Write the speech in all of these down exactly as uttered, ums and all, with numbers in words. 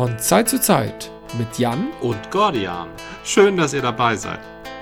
Von Zeit zu Zeit mit Jan und Gordian. Schön, dass ihr dabei seid.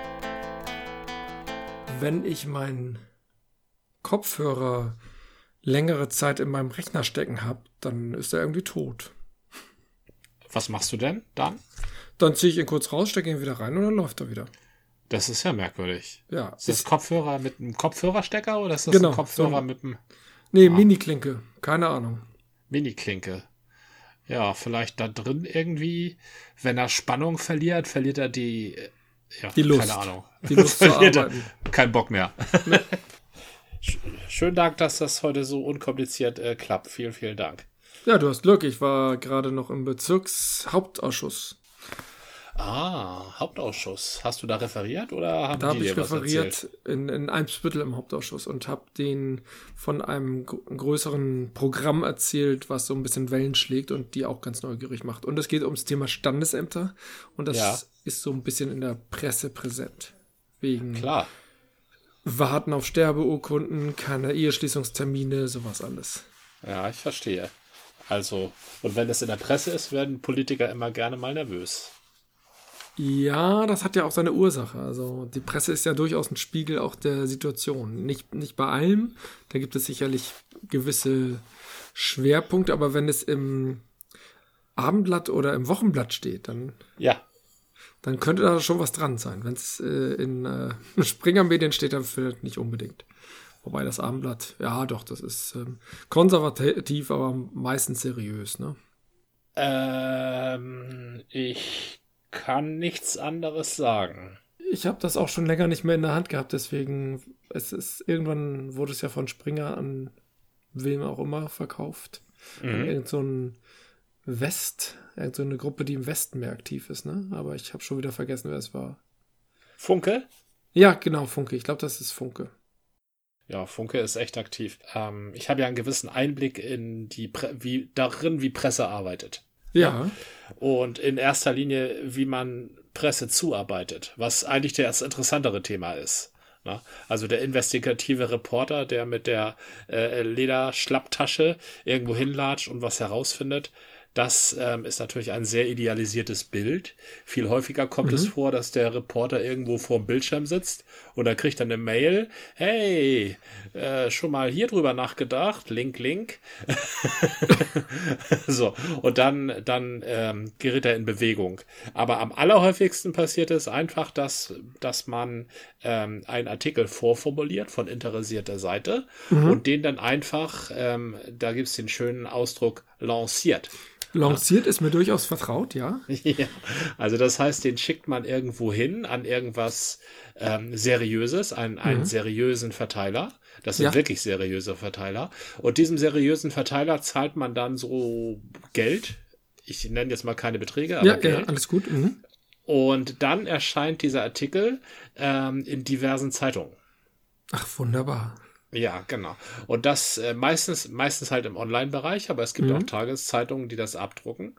Wenn ich meinen Kopfhörer längere Zeit in meinem Rechner stecken habe, dann ist er irgendwie tot. Was machst du denn dann? Dann ziehe ich ihn kurz raus, stecke ihn wieder rein und dann läuft er wieder. Das ist ja merkwürdig. Ja. Ist das Kopfhörer mit einem Kopfhörerstecker oder ist das genau, ein Kopfhörer so. mit einem... Nee, ah. Mini-Klinke. Keine Ahnung. Mini-Klinke. Ja, vielleicht da drin irgendwie, wenn er Spannung verliert, verliert er die... Ja, die Lust. Keine Ahnung. Die Lust zu arbeiten. Kein Bock mehr. Schönen Dank, dass das heute so unkompliziert äh, klappt. Vielen, vielen Dank. Ja, du hast Glück. Ich war gerade noch im Bezirkshauptausschuss. Ah, Hauptausschuss. Hast du da referiert oder haben Da die habe ich dir was referiert erzählt? in, in Eimsbüttel im Hauptausschuss und habe denen von einem gr- größeren Programm erzählt, was so ein bisschen Wellen schlägt und die auch ganz neugierig macht. Und es geht ums Thema Standesämter und das Ja. ist so ein bisschen in der Presse präsent. Wegen Klar. Warten auf Sterbeurkunden, keine Eheschließungstermine, sowas alles. Ja, ich verstehe. Also, und wenn es in der Presse ist, werden Politiker immer gerne mal nervös. Ja, das hat ja auch seine Ursache. Also die Presse ist ja durchaus ein Spiegel auch der Situation. Nicht, nicht bei allem, da gibt es sicherlich gewisse Schwerpunkte, aber wenn es im Abendblatt oder im Wochenblatt steht, dann, Ja, dann könnte da schon was dran sein. Wenn es äh, in äh, Springer-Medien steht, dann vielleicht nicht unbedingt. Wobei das Abendblatt, ja doch, das ist ähm, konservativ, aber meistens seriös, ne? ähm, ich kann nichts anderes sagen. Ich habe das auch schon länger nicht mehr in der Hand gehabt, deswegen, es ist, irgendwann wurde es ja von Springer an wem auch immer verkauft. An Mhm. irgend so ein West, irgend so eine Gruppe, die im Westen mehr aktiv ist, ne? Aber ich habe schon wieder vergessen, wer es war. Funke? Ja, genau, Funke. Ich glaube, das ist Funke. Ja, Funke ist echt aktiv. Ähm, ich habe ja einen gewissen Einblick in die Pre- wie darin, wie Presse arbeitet. Ja, Und in erster Linie, wie man Presse zuarbeitet, was eigentlich das interessantere Thema ist. Ne? Also der investigative Reporter, der mit der äh, Lederschlapptasche irgendwo hinlatscht und was herausfindet, das ähm, ist natürlich ein sehr idealisiertes Bild. Viel häufiger kommt es vor, dass der Reporter irgendwo vor dem Bildschirm sitzt und er kriegt dann eine Mail, hey, äh, schon mal hier drüber nachgedacht, Link, Link. So, und dann, dann ähm, gerät er in Bewegung. Aber am allerhäufigsten passiert es einfach, dass, dass man ähm, einen Artikel vorformuliert von interessierter Seite und den dann einfach, ähm, da gibt es den schönen Ausdruck, lanciert. lanciert ist mir durchaus vertraut, ja. Ja, also das heißt, den schickt man irgendwo hin an irgendwas ähm, Seriöses, einen, einen seriösen Verteiler. Das sind Ja. wirklich seriöse Verteiler. Und diesem seriösen Verteiler zahlt man dann so Geld. Ich nenne jetzt mal keine Beträge, aber Ja, Geld. ja, alles gut. Mhm. Und dann erscheint dieser Artikel ähm, in diversen Zeitungen. Ach, wunderbar. Ja, genau. Und das äh, meistens, meistens halt im Online-Bereich, aber es gibt auch Tageszeitungen, die das abdrucken.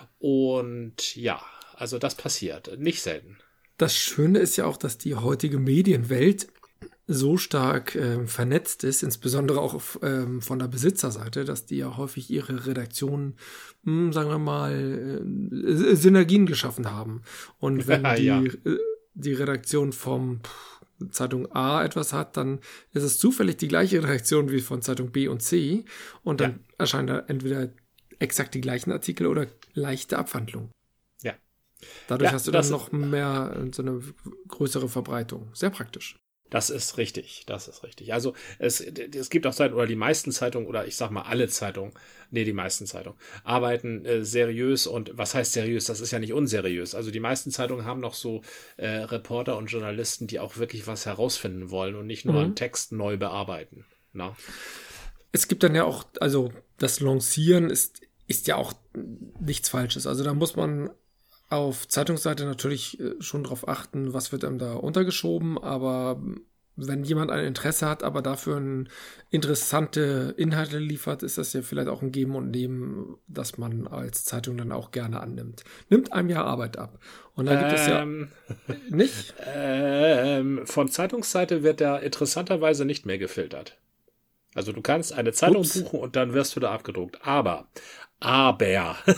Und ja, also das passiert. Nicht selten. Das Schöne ist ja auch, dass die heutige Medienwelt so stark ähm, vernetzt ist, insbesondere auch auf, ähm, von der Besitzerseite, dass die ja häufig ihre Redaktionen, mh, sagen wir mal, äh, Synergien geschaffen haben. Und wenn die, Ja. äh, die Redaktion vom pff, Zeitung A etwas hat, dann ist es zufällig die gleiche Redaktion wie von Zeitung B und C und dann Ja. erscheinen da entweder exakt die gleichen Artikel oder leichte Abwandlungen. Ja. Dadurch Ja, hast du dann das- noch mehr äh, so eine größere Verbreitung. Sehr praktisch. Das ist richtig, das ist richtig. Also es, es gibt auch Zeitungen, oder die meisten Zeitungen, oder ich sag mal alle Zeitungen, nee, die meisten Zeitungen, arbeiten äh, seriös und was heißt seriös? Das ist ja nicht unseriös. Also die meisten Zeitungen haben noch so äh, Reporter und Journalisten, die auch wirklich was herausfinden wollen und nicht nur einen Text neu bearbeiten. Na? Es gibt dann ja auch, also das Lancieren ist, ist ja auch nichts Falsches. Also da muss man auf Zeitungsseite natürlich äh, schon drauf achten, was wird einem da untergeschoben, aber wenn jemand ein Interesse hat, aber dafür ein interessante Inhalte liefert, ist das ja vielleicht auch ein Geben und Nehmen, das man als Zeitung dann auch gerne annimmt. Nimmt einem ja Arbeit ab. Und dann gibt es ja Ähm, nicht. ähm, von Zeitungsseite wird da interessanterweise nicht mehr gefiltert. Also du kannst eine Zeitung Ups. buchen und dann wirst du da abgedruckt. Aber Aber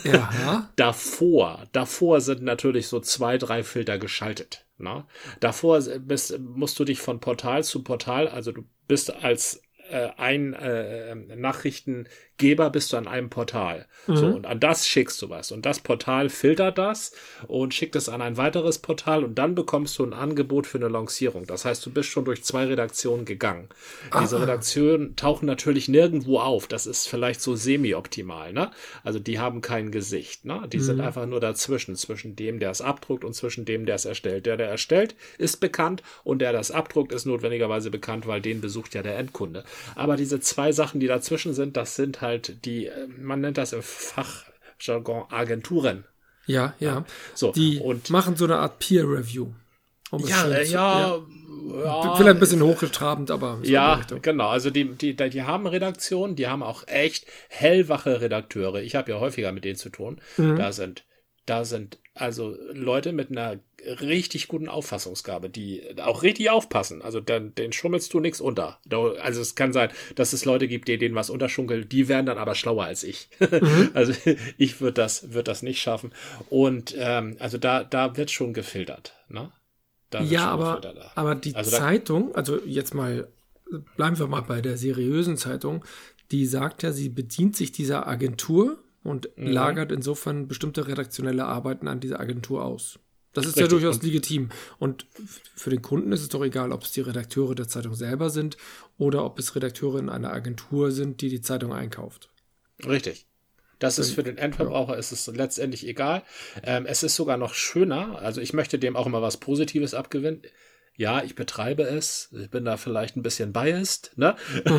Ja. davor, davor sind natürlich so zwei, drei Filter geschaltet. Ne? Davor bist, musst du dich von Portal zu Portal, also du bist als äh, ein äh, Nachrichtengeber bist du an einem Portal. Mhm. So, und an das schickst du was. Und das Portal filtert das und schickt es an ein weiteres Portal und dann bekommst du ein Angebot für eine Lancierung. Das heißt, du bist schon durch zwei Redaktionen gegangen. Ah. Diese Redaktionen tauchen natürlich nirgendwo auf. Das ist vielleicht so semi-optimal, ne? Also die haben kein Gesicht, ne? Die Mhm. sind einfach nur dazwischen, zwischen dem, der es abdruckt und zwischen dem, der es erstellt. Der, der erstellt, ist bekannt und der, der es abdruckt, ist notwendigerweise bekannt, weil den besucht ja der Endkunde. Aber diese zwei Sachen, die dazwischen sind, das sind halt die, man nennt das im Fachjargon Agenturen. Ja, ja. So, die und machen so eine Art Peer-Review. Um es ja, schön äh, zu- ja, ja, Vielleicht ein bisschen hochgetrabend, aber so in die ja, Richtung. genau. Also die, die, die haben Redaktionen, die haben auch echt hellwache Redakteure. Ich habe ja häufiger mit denen zu tun. Mhm. Da sind, da sind also Leute mit einer richtig guten Auffassungsgabe, die auch richtig aufpassen. Also den, den schummelst du nichts unter. Da- Also es kann sein, dass es Leute gibt, die denen was unterschunkeln, die werden dann aber schlauer als ich. Mhm. Also ich würde das, würd das nicht schaffen. Und ähm, also da, da wird schon gefiltert. Ne? Da wird Ja, schon aber, gefiltert, da. aber die Also da- Zeitung, also jetzt mal, bleiben wir mal bei der seriösen Zeitung, die sagt ja, sie bedient sich dieser Agentur und Mhm. lagert insofern bestimmte redaktionelle Arbeiten an diese Agentur aus. Das ist ja Richtig. durchaus Und- legitim. Und f- für den Kunden ist es doch egal, ob es die Redakteure der Zeitung selber sind oder ob es Redakteure in einer Agentur sind, die die Zeitung einkauft. Richtig. Das ist für den Endverbraucher ist es letztendlich egal. Ähm, es ist sogar noch schöner. Also ich möchte dem auch immer was Positives abgewinnen. Ja, ich betreibe es. Ich bin da vielleicht ein bisschen biased, ne?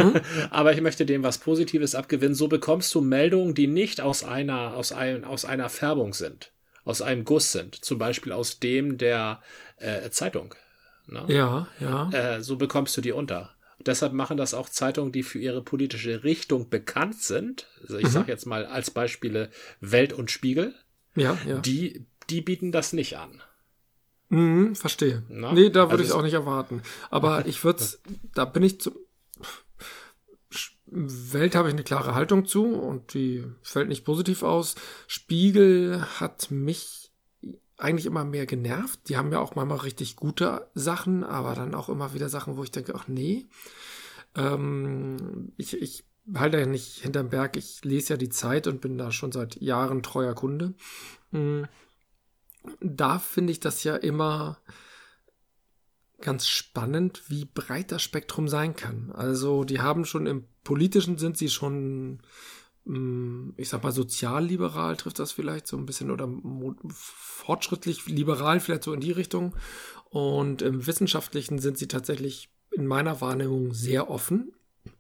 Aber ich möchte dem was Positives abgewinnen. So bekommst du Meldungen, die nicht aus einer, aus ein, aus einer Färbung sind, aus einem Guss sind. Zum Beispiel aus dem der äh, Zeitung. Ne? Ja, ja. Äh, so bekommst du die unter. Deshalb machen das auch Zeitungen, die für ihre politische Richtung bekannt sind. Also ich Mhm. sage jetzt mal als Beispiele Welt und Spiegel. Ja, ja. Die, die bieten das nicht an. Mhm, verstehe. Na? Nee, da würde Also ich es es- auch nicht erwarten. Aber ich würde da bin ich zu. Welt habe ich eine klare Haltung zu und die fällt nicht positiv aus. Spiegel hat mich eigentlich immer mehr genervt. Die haben ja auch manchmal richtig gute Sachen, aber dann auch immer wieder Sachen, wo ich denke, ach nee. Ähm, ich, ich halte ja nicht hinterm Berg. Ich lese ja die Zeit und bin da schon seit Jahren treuer Kunde. Mm. Da finde ich das ja immer ganz spannend, wie breit das Spektrum sein kann. Also die haben schon im Politischen sind sie schon, mh, ich sag mal, sozialliberal trifft das vielleicht so ein bisschen oder mo- fortschrittlich liberal vielleicht so in die Richtung. Und im Wissenschaftlichen sind sie tatsächlich in meiner Wahrnehmung sehr offen.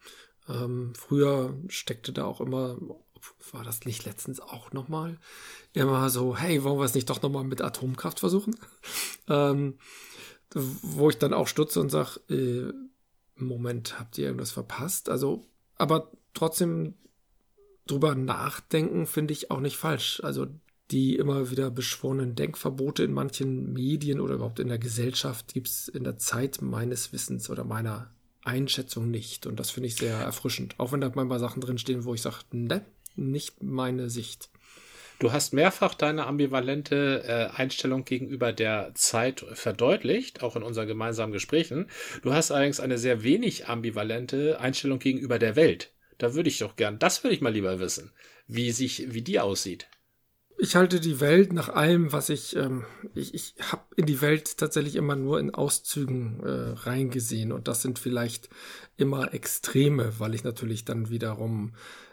Ähm, früher steckte da auch immer, war das nicht letztens auch nochmal, immer so, hey, wollen wir es nicht doch nochmal mit Atomkraft versuchen? ähm, wo ich dann auch stutze und sage, äh, Moment, habt ihr irgendwas verpasst? Also, aber trotzdem drüber nachdenken finde ich auch nicht falsch. Also die immer wieder beschworenen Denkverbote in manchen Medien oder überhaupt in der Gesellschaft gibt es in der Zeit meines Wissens oder meiner Einschätzung nicht. Und das finde ich sehr erfrischend. Auch wenn da manchmal Sachen drinstehen, wo ich sage, ne, nicht meine Sicht. Du hast mehrfach deine ambivalente äh, Einstellung gegenüber der Zeit verdeutlicht, auch in unseren gemeinsamen Gesprächen. Du hast allerdings eine sehr wenig ambivalente Einstellung gegenüber der Welt. Da würde ich doch gern, das würde ich mal lieber wissen, wie sich, wie die aussieht. Ich halte die Welt nach allem, was ich, ähm, ich, ich habe in die Welt tatsächlich immer nur in Auszügen äh, reingesehen und das sind vielleicht immer Extreme, weil ich natürlich dann wiederum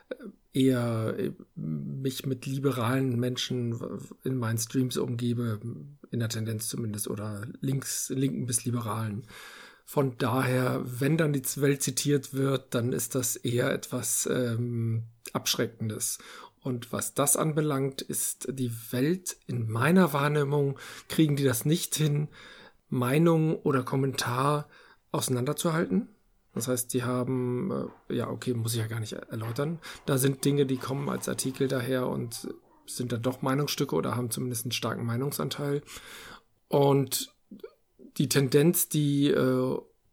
eher äh, mich mit liberalen Menschen in meinen Streams umgebe, in der Tendenz zumindest, oder links, linken bis liberalen. Von daher, wenn dann die Welt zitiert wird, dann ist das eher etwas ähm, Abschreckendes. Und was das anbelangt, ist die Welt in meiner Wahrnehmung, kriegen die das nicht hin, Meinung oder Kommentar auseinanderzuhalten. Das heißt, die haben, äh, ja okay, muss ich ja gar nicht erläutern, da sind Dinge, die kommen als Artikel daher und sind dann doch Meinungsstücke oder haben zumindest einen starken Meinungsanteil. Und die Tendenz, die äh,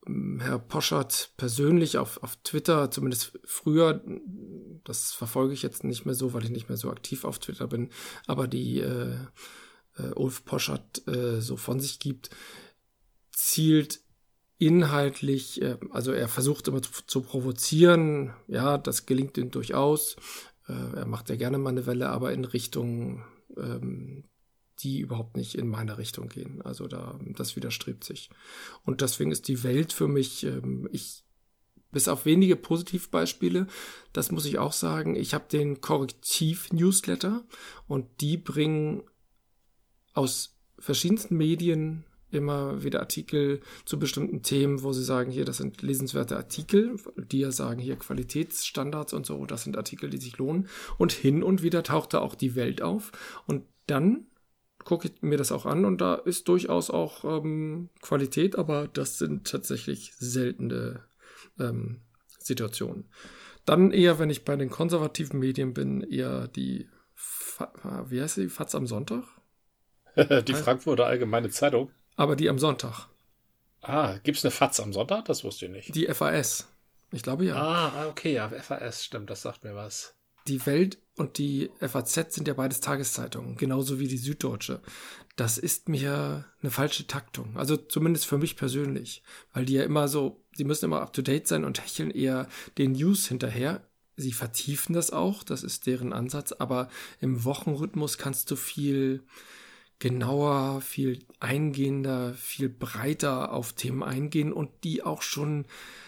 Herr Poschardt persönlich auf, auf Twitter, zumindest früher, das verfolge ich jetzt nicht mehr so, weil ich nicht mehr so aktiv auf Twitter bin, aber die äh, äh, Ulf Poschardt äh, so von sich gibt, zielt inhaltlich, äh, also er versucht immer zu, zu provozieren, ja, das gelingt ihm durchaus, äh, er macht ja gerne mal eine Welle, aber in Richtung ähm, die überhaupt nicht in meine Richtung gehen. Also da, das widerstrebt sich. Und deswegen ist die Welt für mich, ähm, ich, bis auf wenige Positivbeispiele, das muss ich auch sagen, ich habe den Korrektiv-Newsletter und die bringen aus verschiedensten Medien immer wieder Artikel zu bestimmten Themen, wo sie sagen, hier, das sind lesenswerte Artikel, die ja sagen, hier Qualitätsstandards und so, das sind Artikel, die sich lohnen. Und hin und wieder taucht da auch die Welt auf. Und dann gucke ich mir das auch an und da ist durchaus auch ähm, Qualität, aber das sind tatsächlich seltene ähm, Situationen. Dann eher, wenn ich bei den konservativen Medien bin, eher die, Fa- wie heißt die, Fatz am Sonntag? Die Frankfurter Allgemeine Zeitung. Aber die am Sonntag. Ah, gibt's eine Fatz am Sonntag? Das wusste ich nicht. Die F A S. Ich glaube ja. Ah, okay, ja, F A S, stimmt, das sagt mir was. Die Welt und die F A Z sind ja beides Tageszeitungen, genauso wie die Süddeutsche. Das ist mir eine falsche Taktung, also zumindest für mich persönlich, weil die ja immer so, die müssen immer up-to-date sein und hecheln eher den News hinterher. Sie vertiefen das auch, das ist deren Ansatz, aber im Wochenrhythmus kannst du viel genauer, viel eingehender, viel breiter auf Themen eingehen und die auch schon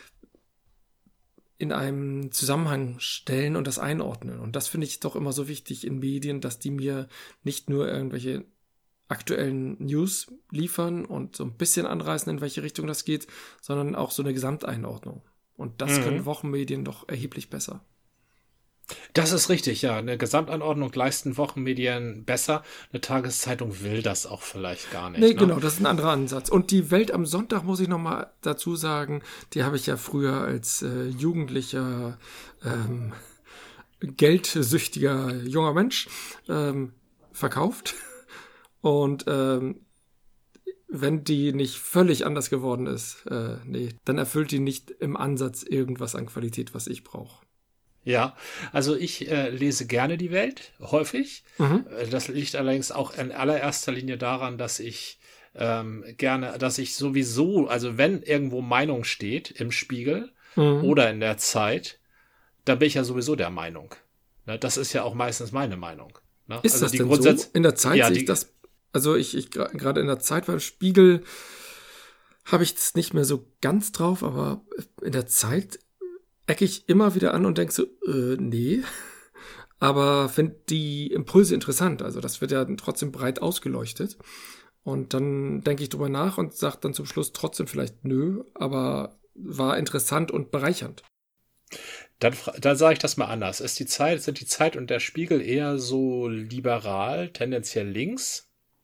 in einem Zusammenhang stellen und das einordnen. Und das finde ich doch immer so wichtig in Medien, dass die mir nicht nur irgendwelche aktuellen News liefern und so ein bisschen anreißen, in welche Richtung das geht, sondern auch so eine Gesamteinordnung. Und das mhm. können Wochenmedien doch erheblich besser. Das ist richtig, ja. Eine Gesamtanordnung leisten Wochenmedien besser. Eine Tageszeitung will das auch vielleicht gar nicht. Nee, ne? Genau, das ist ein anderer Ansatz. Und die Welt am Sonntag, muss ich nochmal dazu sagen, die habe ich ja früher als äh, jugendlicher, ähm, geldsüchtiger junger Mensch ähm, verkauft. Und ähm, wenn die nicht völlig anders geworden ist, äh, nee, dann erfüllt die nicht im Ansatz irgendwas an Qualität, was ich brauche. Ja, also ich äh, lese gerne die Welt, häufig. Mhm. Das liegt allerdings auch in allererster Linie daran, dass ich ähm, gerne, dass ich sowieso, also wenn irgendwo Meinung steht im Spiegel mhm. oder in der Zeit, da bin ich ja sowieso der Meinung. Ne, das ist ja auch meistens meine Meinung. Ne? Ist also das die denn Grundsätze, so? In der Zeit ja, sehe ich das, also ich, ich gerade in der Zeit beim Spiegel habe ich es nicht mehr so ganz drauf, aber in der Zeit ecke ich immer wieder an und denke so, äh, nee, aber finde die Impulse interessant. Also das wird ja trotzdem breit ausgeleuchtet. Und dann denke ich drüber nach und sage dann zum Schluss trotzdem vielleicht nö, aber war interessant und bereichernd. Dann, dann sage ich das mal anders. Ist die Zeit, sind die Zeit und der Spiegel eher so liberal, tendenziell links?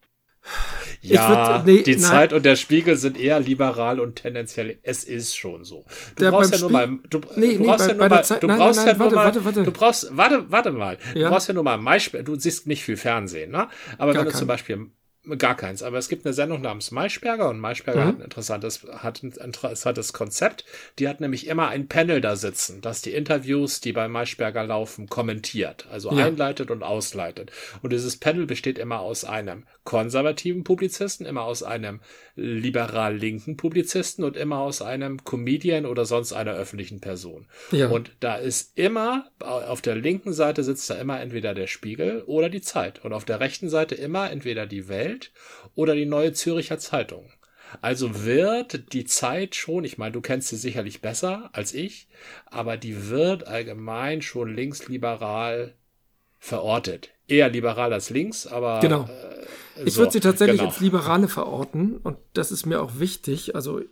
Ja, würd, nee, die nein. Zeit und der Spiegel sind eher liberal und tendenziell, es ist schon so. Du der brauchst ja nur mal, du, nee, du brauchst nee, ja nur mal, du nein, brauchst nein, ja nein, nur warte, mal, warte, warte. du brauchst, warte, warte mal, ja? du brauchst ja nur mal Maischberger, du siehst nicht viel Fernsehen, ne? Aber Gar wenn du kein. zum Beispiel Gar keins, aber es gibt eine Sendung namens Maischberger und Maischberger mhm. hat ein interessantes, hat ein interessantes Konzept. Die hat nämlich immer ein Panel da sitzen, das die Interviews, die bei Maischberger laufen, kommentiert, also ja. einleitet und ausleitet. Und dieses Panel besteht immer aus einem konservativen Publizisten, immer aus einem liberal-linken Publizisten und immer aus einem Comedian oder sonst einer öffentlichen Person. Ja. Und da ist immer, auf der linken Seite sitzt da immer entweder der Spiegel oder die Zeit und auf der rechten Seite immer entweder die Welt oder die Neue Zürcher Zeitung. Also wird die Zeit schon, ich meine, du kennst sie sicherlich besser als ich, aber die wird allgemein schon linksliberal verortet. Eher liberal als links, aber... Genau. Äh, ich so, würde sie tatsächlich genau. ins Liberale verorten und das ist mir auch wichtig, also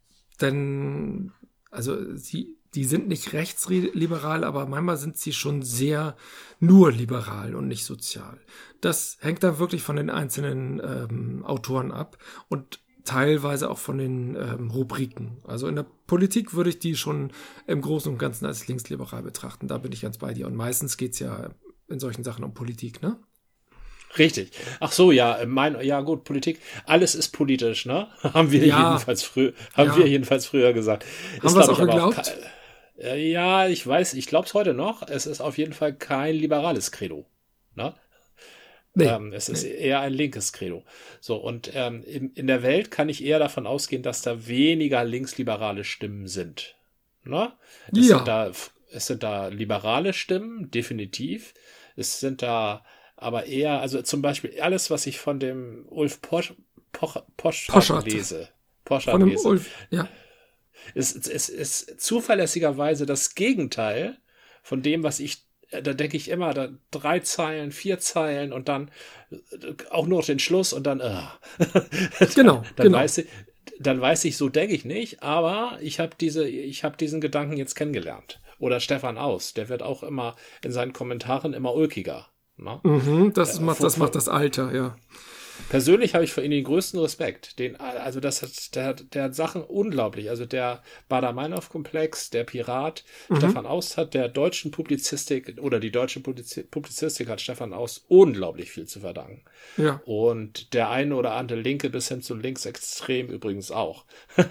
denn, also sie, die sind nicht rechtsliberal, aber manchmal sind sie schon sehr nur liberal und nicht sozial. Das hängt dann wirklich von den einzelnen ähm, Autoren ab und teilweise auch von den ähm, Rubriken. Also in der Politik würde ich die schon im Großen und Ganzen als linksliberal betrachten. Da bin ich ganz bei dir. Und meistens geht es ja in solchen Sachen um Politik, ne? Richtig. Ach so, ja, mein, ja gut, Politik, alles ist politisch, ne? Haben wir Ja. jedenfalls früher, haben Ja. wir jedenfalls früher gesagt. Haben Ist, wir es glaub auch ich, aber geglaubt? ke- äh, ja, ich weiß, ich glaube es heute noch. Es ist auf jeden Fall kein liberales Credo, ne? Nee. Ähm, es ist nee. eher ein linkes Credo. So, und ähm, in, in der Welt kann ich eher davon ausgehen, dass da weniger linksliberale Stimmen sind. Ne? Es, Ja. sind da, es sind da liberale Stimmen, definitiv. Es sind da aber eher, also zum Beispiel alles, was ich von dem Ulf Posch, Poch, Poschardt Poschardt. lese, Poschardt Von dem lese, Ulf. Ja. ist, ist, ist zuverlässigerweise das Gegenteil von dem, was ich, da denke ich immer, da drei Zeilen, vier Zeilen und dann auch nur den Schluss und dann, äh. Genau, dann genau. weiß ich, dann weiß ich, so denke ich nicht, aber ich habe diese, ich habe diesen Gedanken jetzt kennengelernt. Oder Stefan Aus, der wird auch immer in seinen Kommentaren immer ulkiger. Ne? Mhm, das, Äh, macht, vor- das macht vor- das Alter, ja. Persönlich habe ich für ihn den größten Respekt. Den, also das hat, der, hat- der hat Sachen unglaublich. Also der Baader-Meinhof-Komplex, der Pirat, Mhm. Stefan Aust hat der deutschen Publizistik oder die deutsche Publizi- Publizistik hat Stefan Aust unglaublich viel zu verdanken. Ja. Und der eine oder andere Linke bis hin zu linksextrem übrigens auch.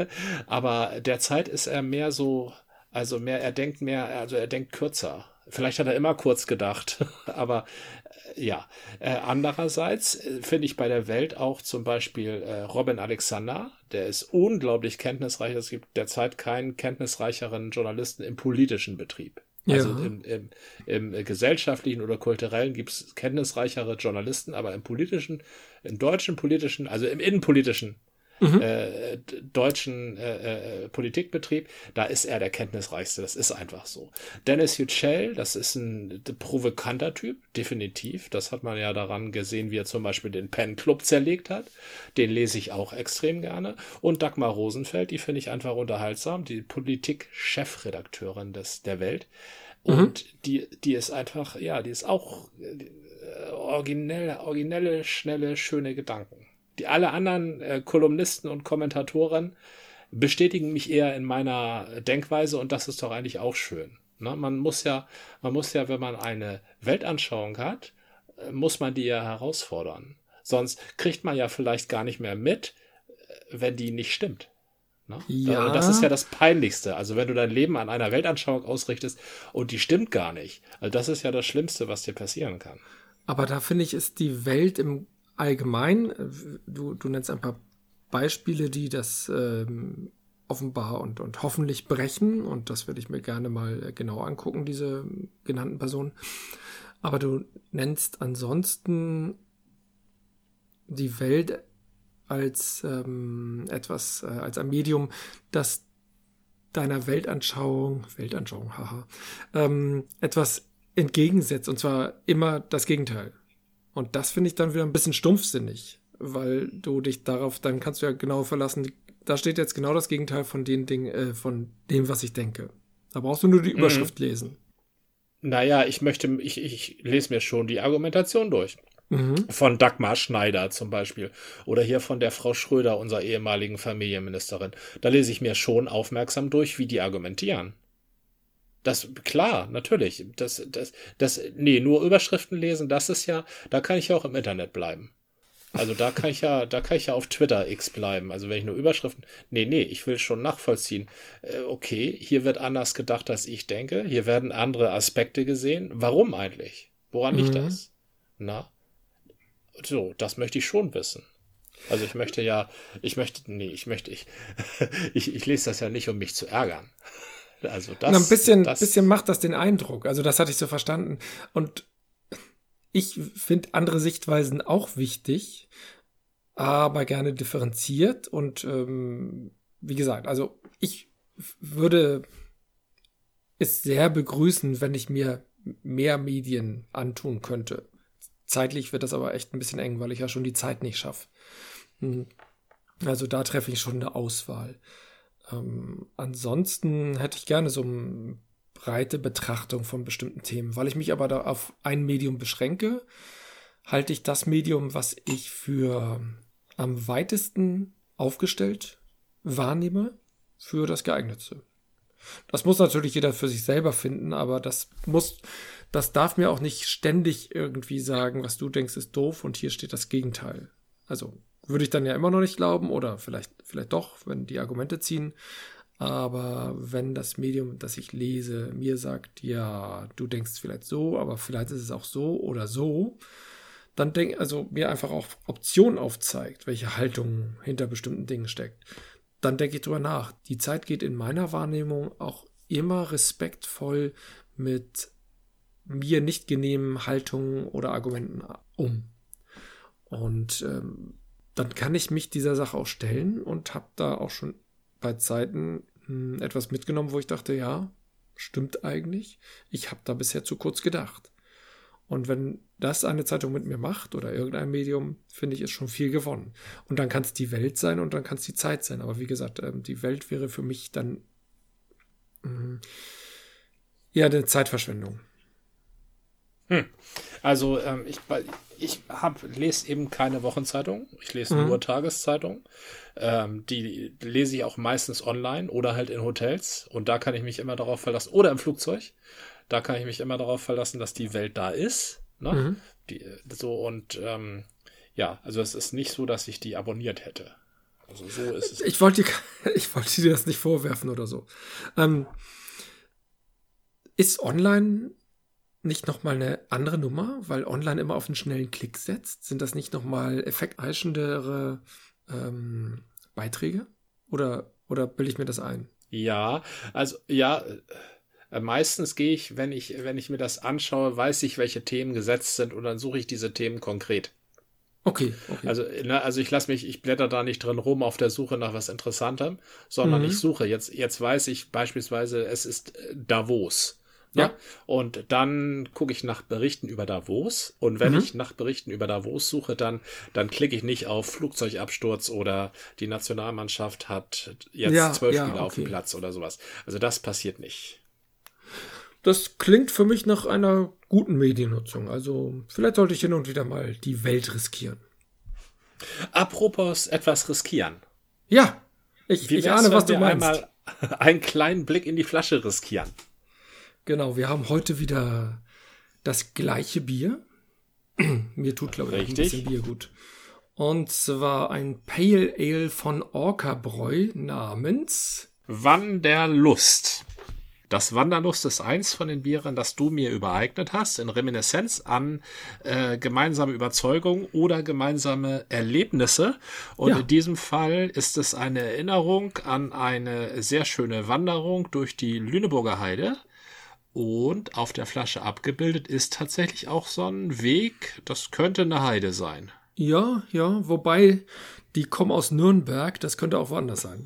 Aber derzeit ist er mehr so, also mehr, er denkt mehr, also er denkt kürzer. Vielleicht hat er immer kurz gedacht, aber äh, ja. Äh, andererseits äh, finde ich bei der Welt auch zum Beispiel äh, Robin Alexander, der ist unglaublich kenntnisreich. Es gibt derzeit keinen kenntnisreicheren Journalisten im politischen Betrieb. Also Ja. im, im, im äh, gesellschaftlichen oder kulturellen gibt es kenntnisreichere Journalisten, aber im politischen, im deutschen politischen, also im innenpolitischen Mhm. äh, d- deutschen äh, äh, Politikbetrieb, da ist er der kenntnisreichste. Das ist einfach so. Dennis Yücel, das ist ein d- provokanter Typ, definitiv. Das hat man ja daran gesehen, wie er zum Beispiel den Pen Club zerlegt hat. Den lese ich auch extrem gerne. Und Dagmar Rosenfeld, die finde ich einfach unterhaltsam, die Politik-Chefredakteurin des der Welt. Und die, die ist einfach, ja, die ist auch äh, originelle, originelle, schnelle, schöne Gedanken. Die alle anderen äh, Kolumnisten und Kommentatoren bestätigen mich eher in meiner Denkweise und das ist doch eigentlich auch schön. Ne? Man muss ja, man muss ja, wenn man eine Weltanschauung hat, äh, muss man die ja herausfordern. Sonst kriegt man ja vielleicht gar nicht mehr mit, äh, wenn die nicht stimmt. Ne? Ja. Das ist ja das Peinlichste. Also wenn du dein Leben an einer Weltanschauung ausrichtest und die stimmt gar nicht. Also das ist ja das Schlimmste, was dir passieren kann. Aber da finde ich, ist die Welt im Allgemeinen, äh, du, du nennst ein paar Beispiele, die das ähm, offenbar und, und hoffentlich brechen. Und das würde ich mir gerne mal äh, genau angucken, diese genannten Personen. Aber du nennst ansonsten die Welt als ähm, etwas, äh, als ein Medium, das deiner Weltanschauung, Weltanschauung, haha, ähm, etwas entgegensetzt. Und zwar immer das Gegenteil. Und das finde ich dann wieder ein bisschen stumpfsinnig, weil du dich darauf, dann kannst du ja genau verlassen, da steht jetzt genau das Gegenteil von den Dingen, äh, von dem, was ich denke. Da brauchst du nur die Überschrift mhm. lesen. Naja, ich möchte, ich, ich lese mir schon die Argumentation durch. Mhm. Von Dagmar Schneider zum Beispiel. Oder hier von der Frau Schröder, unserer ehemaligen Familienministerin. Da lese ich mir schon aufmerksam durch, wie die argumentieren. Das, klar, natürlich. Das, das, das, nee, nur Überschriften lesen, das ist ja, da kann ich ja auch im Internet bleiben. Also da kann ich ja, da kann ich ja auf Twitter X bleiben. Also wenn ich nur Überschriften, nee, nee, ich will schon nachvollziehen. Äh, okay, hier wird anders gedacht, als ich denke. Hier werden andere Aspekte gesehen. Warum eigentlich? Woran liegt Mhm. das? Na? So, das möchte ich schon wissen. Also ich möchte ja, ich möchte, nee, ich möchte, ich, ich, ich lese das ja nicht, um mich zu ärgern. Also das, Na, ein bisschen, das, bisschen macht das den Eindruck. Also das hatte ich so verstanden. Und ich finde andere Sichtweisen auch wichtig, aber gerne differenziert. Und ähm, wie gesagt, also ich würde es sehr begrüßen, wenn ich mir mehr Medien antun könnte. Zeitlich wird das aber echt ein bisschen eng, weil ich ja schon die Zeit nicht schaffe. Also da treffe ich schon eine Auswahl. Ähm, ansonsten hätte ich gerne so eine breite Betrachtung von bestimmten Themen. Weil ich mich aber da auf ein Medium beschränke, halte ich das Medium, was ich für am weitesten aufgestellt wahrnehme, für das geeignetste. Das muss natürlich jeder für sich selber finden, aber das muss, das darf mir auch nicht ständig irgendwie sagen, was du denkst, ist doof und hier steht das Gegenteil. Also würde ich dann ja immer noch nicht glauben oder vielleicht, vielleicht doch, wenn die Argumente ziehen. Aber wenn das Medium, das ich lese, mir sagt, ja, du denkst vielleicht so, aber vielleicht ist es auch so oder so, dann denk, also mir einfach auch Optionen aufzeigt, welche Haltung hinter bestimmten Dingen steckt, dann denke ich drüber nach. Die Zeit geht in meiner Wahrnehmung auch immer respektvoll mit mir nicht genehmen Haltungen oder Argumenten um. Und ähm, dann kann ich mich dieser Sache auch stellen und habe da auch schon bei Zeiten mh, etwas mitgenommen, wo ich dachte, ja, stimmt eigentlich. Ich habe da bisher zu kurz gedacht. Und wenn das eine Zeitung mit mir macht oder irgendein Medium, finde ich, ist schon viel gewonnen. Und dann kann es die Welt sein und dann kann es die Zeit sein. Aber wie gesagt, ähm, die Welt wäre für mich dann mh, eher eine Zeitverschwendung. Hm. Also ähm, ich, ich hab, lese eben keine Wochenzeitung, ich lese mhm. nur Tageszeitungen. Ähm, die lese ich auch meistens online oder halt in Hotels und da kann ich mich immer darauf verlassen, oder im Flugzeug, da kann ich mich immer darauf verlassen, dass die Welt da ist. Ne? Mhm. Die, so und ähm, ja, also es ist nicht so, dass ich die abonniert hätte. Also so ist es. Ich wollte, ich wollte dir das nicht vorwerfen oder so. Ähm, ist online nicht nochmal eine andere Nummer, weil online immer auf einen schnellen Klick setzt? Sind das nicht nochmal effektheischendere ähm, Beiträge? Oder, oder bilde ich mir das ein? Ja, also ja, äh, meistens gehe ich, wenn ich, wenn ich mir das anschaue, weiß ich, welche Themen gesetzt sind und dann suche ich diese Themen konkret. Okay, okay. Also, ne, also ich lasse mich, ich blätter da nicht drin rum auf der Suche nach was Interessantem, sondern mhm. ich suche, jetzt, jetzt weiß ich beispielsweise, es ist Davos. Ne? Ja. Und dann gucke ich nach Berichten über Davos und wenn mhm. ich nach Berichten über Davos suche, dann, dann klicke ich nicht auf Flugzeugabsturz oder die Nationalmannschaft hat jetzt ja, zwölf ja, Spieler okay. auf dem Platz oder sowas. Also das passiert nicht. Das klingt für mich nach einer guten Mediennutzung. Also vielleicht sollte ich hin und wieder mal die Welt riskieren. Apropos etwas riskieren. Ja, ich, ich ahne, was du meinst. Einmal einen kleinen Blick in die Flasche riskieren. Genau, wir haben heute wieder das gleiche Bier. Mir tut, glaube ich, ein bisschen Bier gut. Und zwar ein Pale Ale von Orca Bräu namens Wanderlust. Das Wanderlust ist eins von den Bieren, das du mir übereignet hast, in Reminiszenz an äh, gemeinsame Überzeugung oder gemeinsame Erlebnisse. Und ja. in diesem Fall ist es eine Erinnerung an eine sehr schöne Wanderung durch die Lüneburger Heide. Und auf der Flasche abgebildet ist tatsächlich auch so ein Weg, das könnte eine Heide sein. Ja, ja, wobei die kommen aus Nürnberg, das könnte auch woanders sein.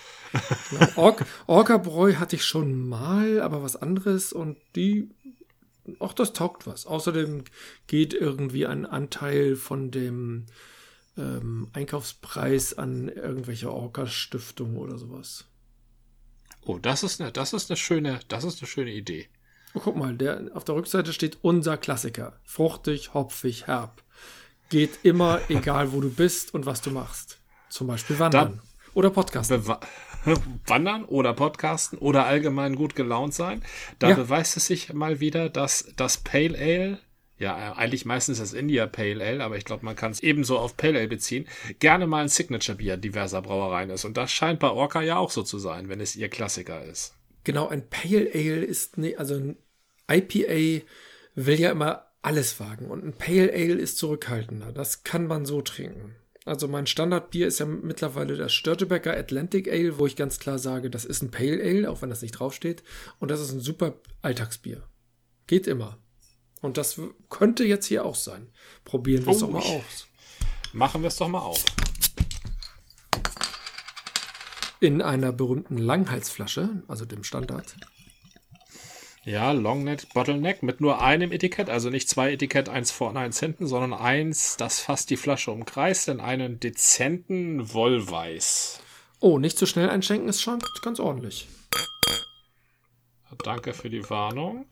Orca, Orca Bräu hatte ich schon mal, aber was anderes und die, auch das taugt was. Außerdem geht irgendwie ein Anteil von dem ähm, Einkaufspreis an irgendwelche Orca-Stiftungen oder sowas. Oh, das ist eine, das ist eine schöne, das ist eine schöne Idee. Oh, guck mal, der, auf der Rückseite steht unser Klassiker. Fruchtig, hopfig, herb. Geht immer, egal wo du bist und was du machst. Zum Beispiel wandern. Da, oder podcasten. Bewa- wandern oder podcasten oder allgemein gut gelaunt sein. Da ja. beweist es sich mal wieder, dass das Pale Ale, ja, eigentlich meistens das India Pale Ale, aber ich glaube, man kann es ebenso auf Pale Ale beziehen, gerne mal ein Signature-Bier diverser Brauereien ist. Und das scheint bei Orca ja auch so zu sein, wenn es ihr Klassiker ist. Genau, ein Pale Ale ist, ne, also ein I P A will ja immer alles wagen und ein Pale Ale ist zurückhaltender. Das kann man so trinken. Also mein Standardbier ist ja mittlerweile das Störtebeker Atlantic Ale, wo ich ganz klar sage, das ist ein Pale Ale, auch wenn das nicht draufsteht. Und das ist ein super Alltagsbier. Geht immer. Und das könnte jetzt hier auch sein. Probieren wir es oh, doch mal aus. Machen wir es doch mal auf. In einer berühmten Langhalsflasche, also dem Standard. Ja, Longneck Bottleneck mit nur einem Etikett, also nicht zwei Etikett, eins vorne, eins hinten, sondern eins, das fast die Flasche umkreist, in einen dezenten Wollweiß. Oh, nicht zu schnell einschenken ist schon ganz ordentlich. Danke für die Warnung.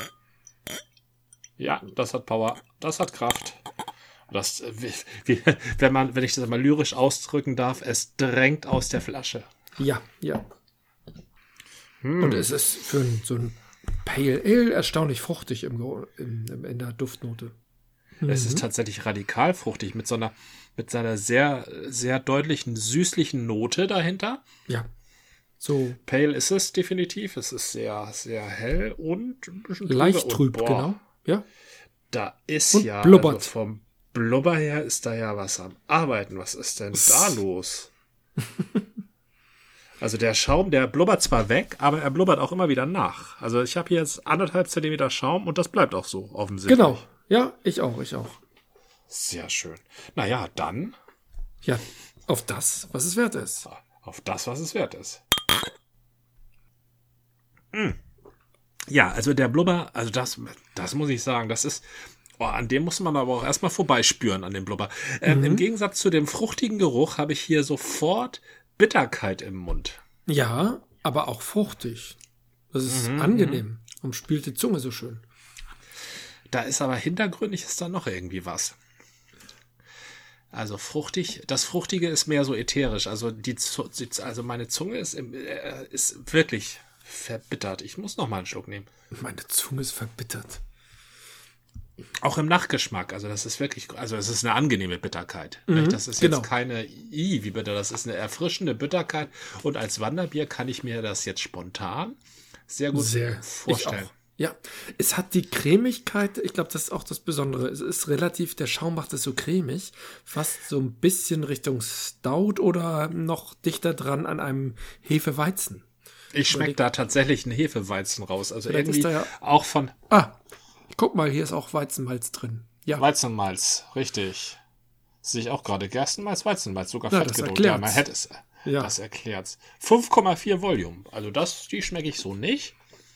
Ja, das hat Power, das hat Kraft. Das, wie, wenn man, wenn ich das mal lyrisch ausdrücken darf, es drängt aus der Flasche. Ja, ja. Hm. Und es ist für so ein Pale Ale, erstaunlich fruchtig im, im, im, in der Duftnote. Es ist tatsächlich radikal fruchtig mit so einer, mit seiner sehr, sehr deutlichen süßlichen Note dahinter. Ja. So. Pale ist es definitiv. Es ist sehr, sehr hell und ein bisschen leicht trüb, und, genau. Ja. Da ist und ja, blubbert. Also vom Blubber her ist da ja was am Arbeiten. Was ist denn da los? Also der Schaum, der blubbert zwar weg, aber er blubbert auch immer wieder nach. Also ich habe hier jetzt anderthalb Zentimeter Schaum und das bleibt auch so offensichtlich. Genau. Ja, ich auch, ich auch. Sehr schön. Naja, dann. Ja, auf das, was es wert ist. Auf das, was es wert ist. Mm. Ja, also der Blubber, also das, das muss ich sagen, das ist, oh, an dem muss man aber auch erstmal vorbeispüren, an dem Blubber. Ähm, Mhm. Im Gegensatz zu dem fruchtigen Geruch habe ich hier sofort Bitterkeit im Mund. Ja, aber auch fruchtig. Das ist Mhm, angenehm und spielt die Zunge so schön. Da ist aber hintergründig ist da noch irgendwie was. Also fruchtig, das Fruchtige ist mehr so ätherisch. Also die, also meine Zunge ist, im, äh, ist wirklich verbittert. Ich muss noch mal einen Schluck nehmen. Meine Zunge ist verbittert. Auch im Nachgeschmack. Also das ist wirklich, also es ist eine angenehme Bitterkeit. Mhm, Das ist genau. jetzt keine I, wie bitter. Das ist eine erfrischende Bitterkeit. Und als Wanderbier kann ich mir das jetzt spontan sehr gut Sehr vorstellen. Ich auch. Ja, es hat die Cremigkeit, ich glaube, das ist auch das Besondere. Es ist relativ, der Schaum macht es so cremig, fast so ein bisschen Richtung Stout oder noch dichter dran an einem Hefeweizen. Ich schmecke da tatsächlich einen Hefeweizen raus. Also Vielleicht irgendwie ist da ja- auch von Ah, guck mal, hier ist auch Weizenmalz drin. Ja, Weizenmalz, richtig. Sehe ich auch gerade. Gerstenmalz, Weizenmalz, sogar Ja, fett das gedruckt. erklärt's. Ja, man hätte es. Ja. Das erklärt's. fünf Komma vier Volume. Also das, die schmecke ich so nicht.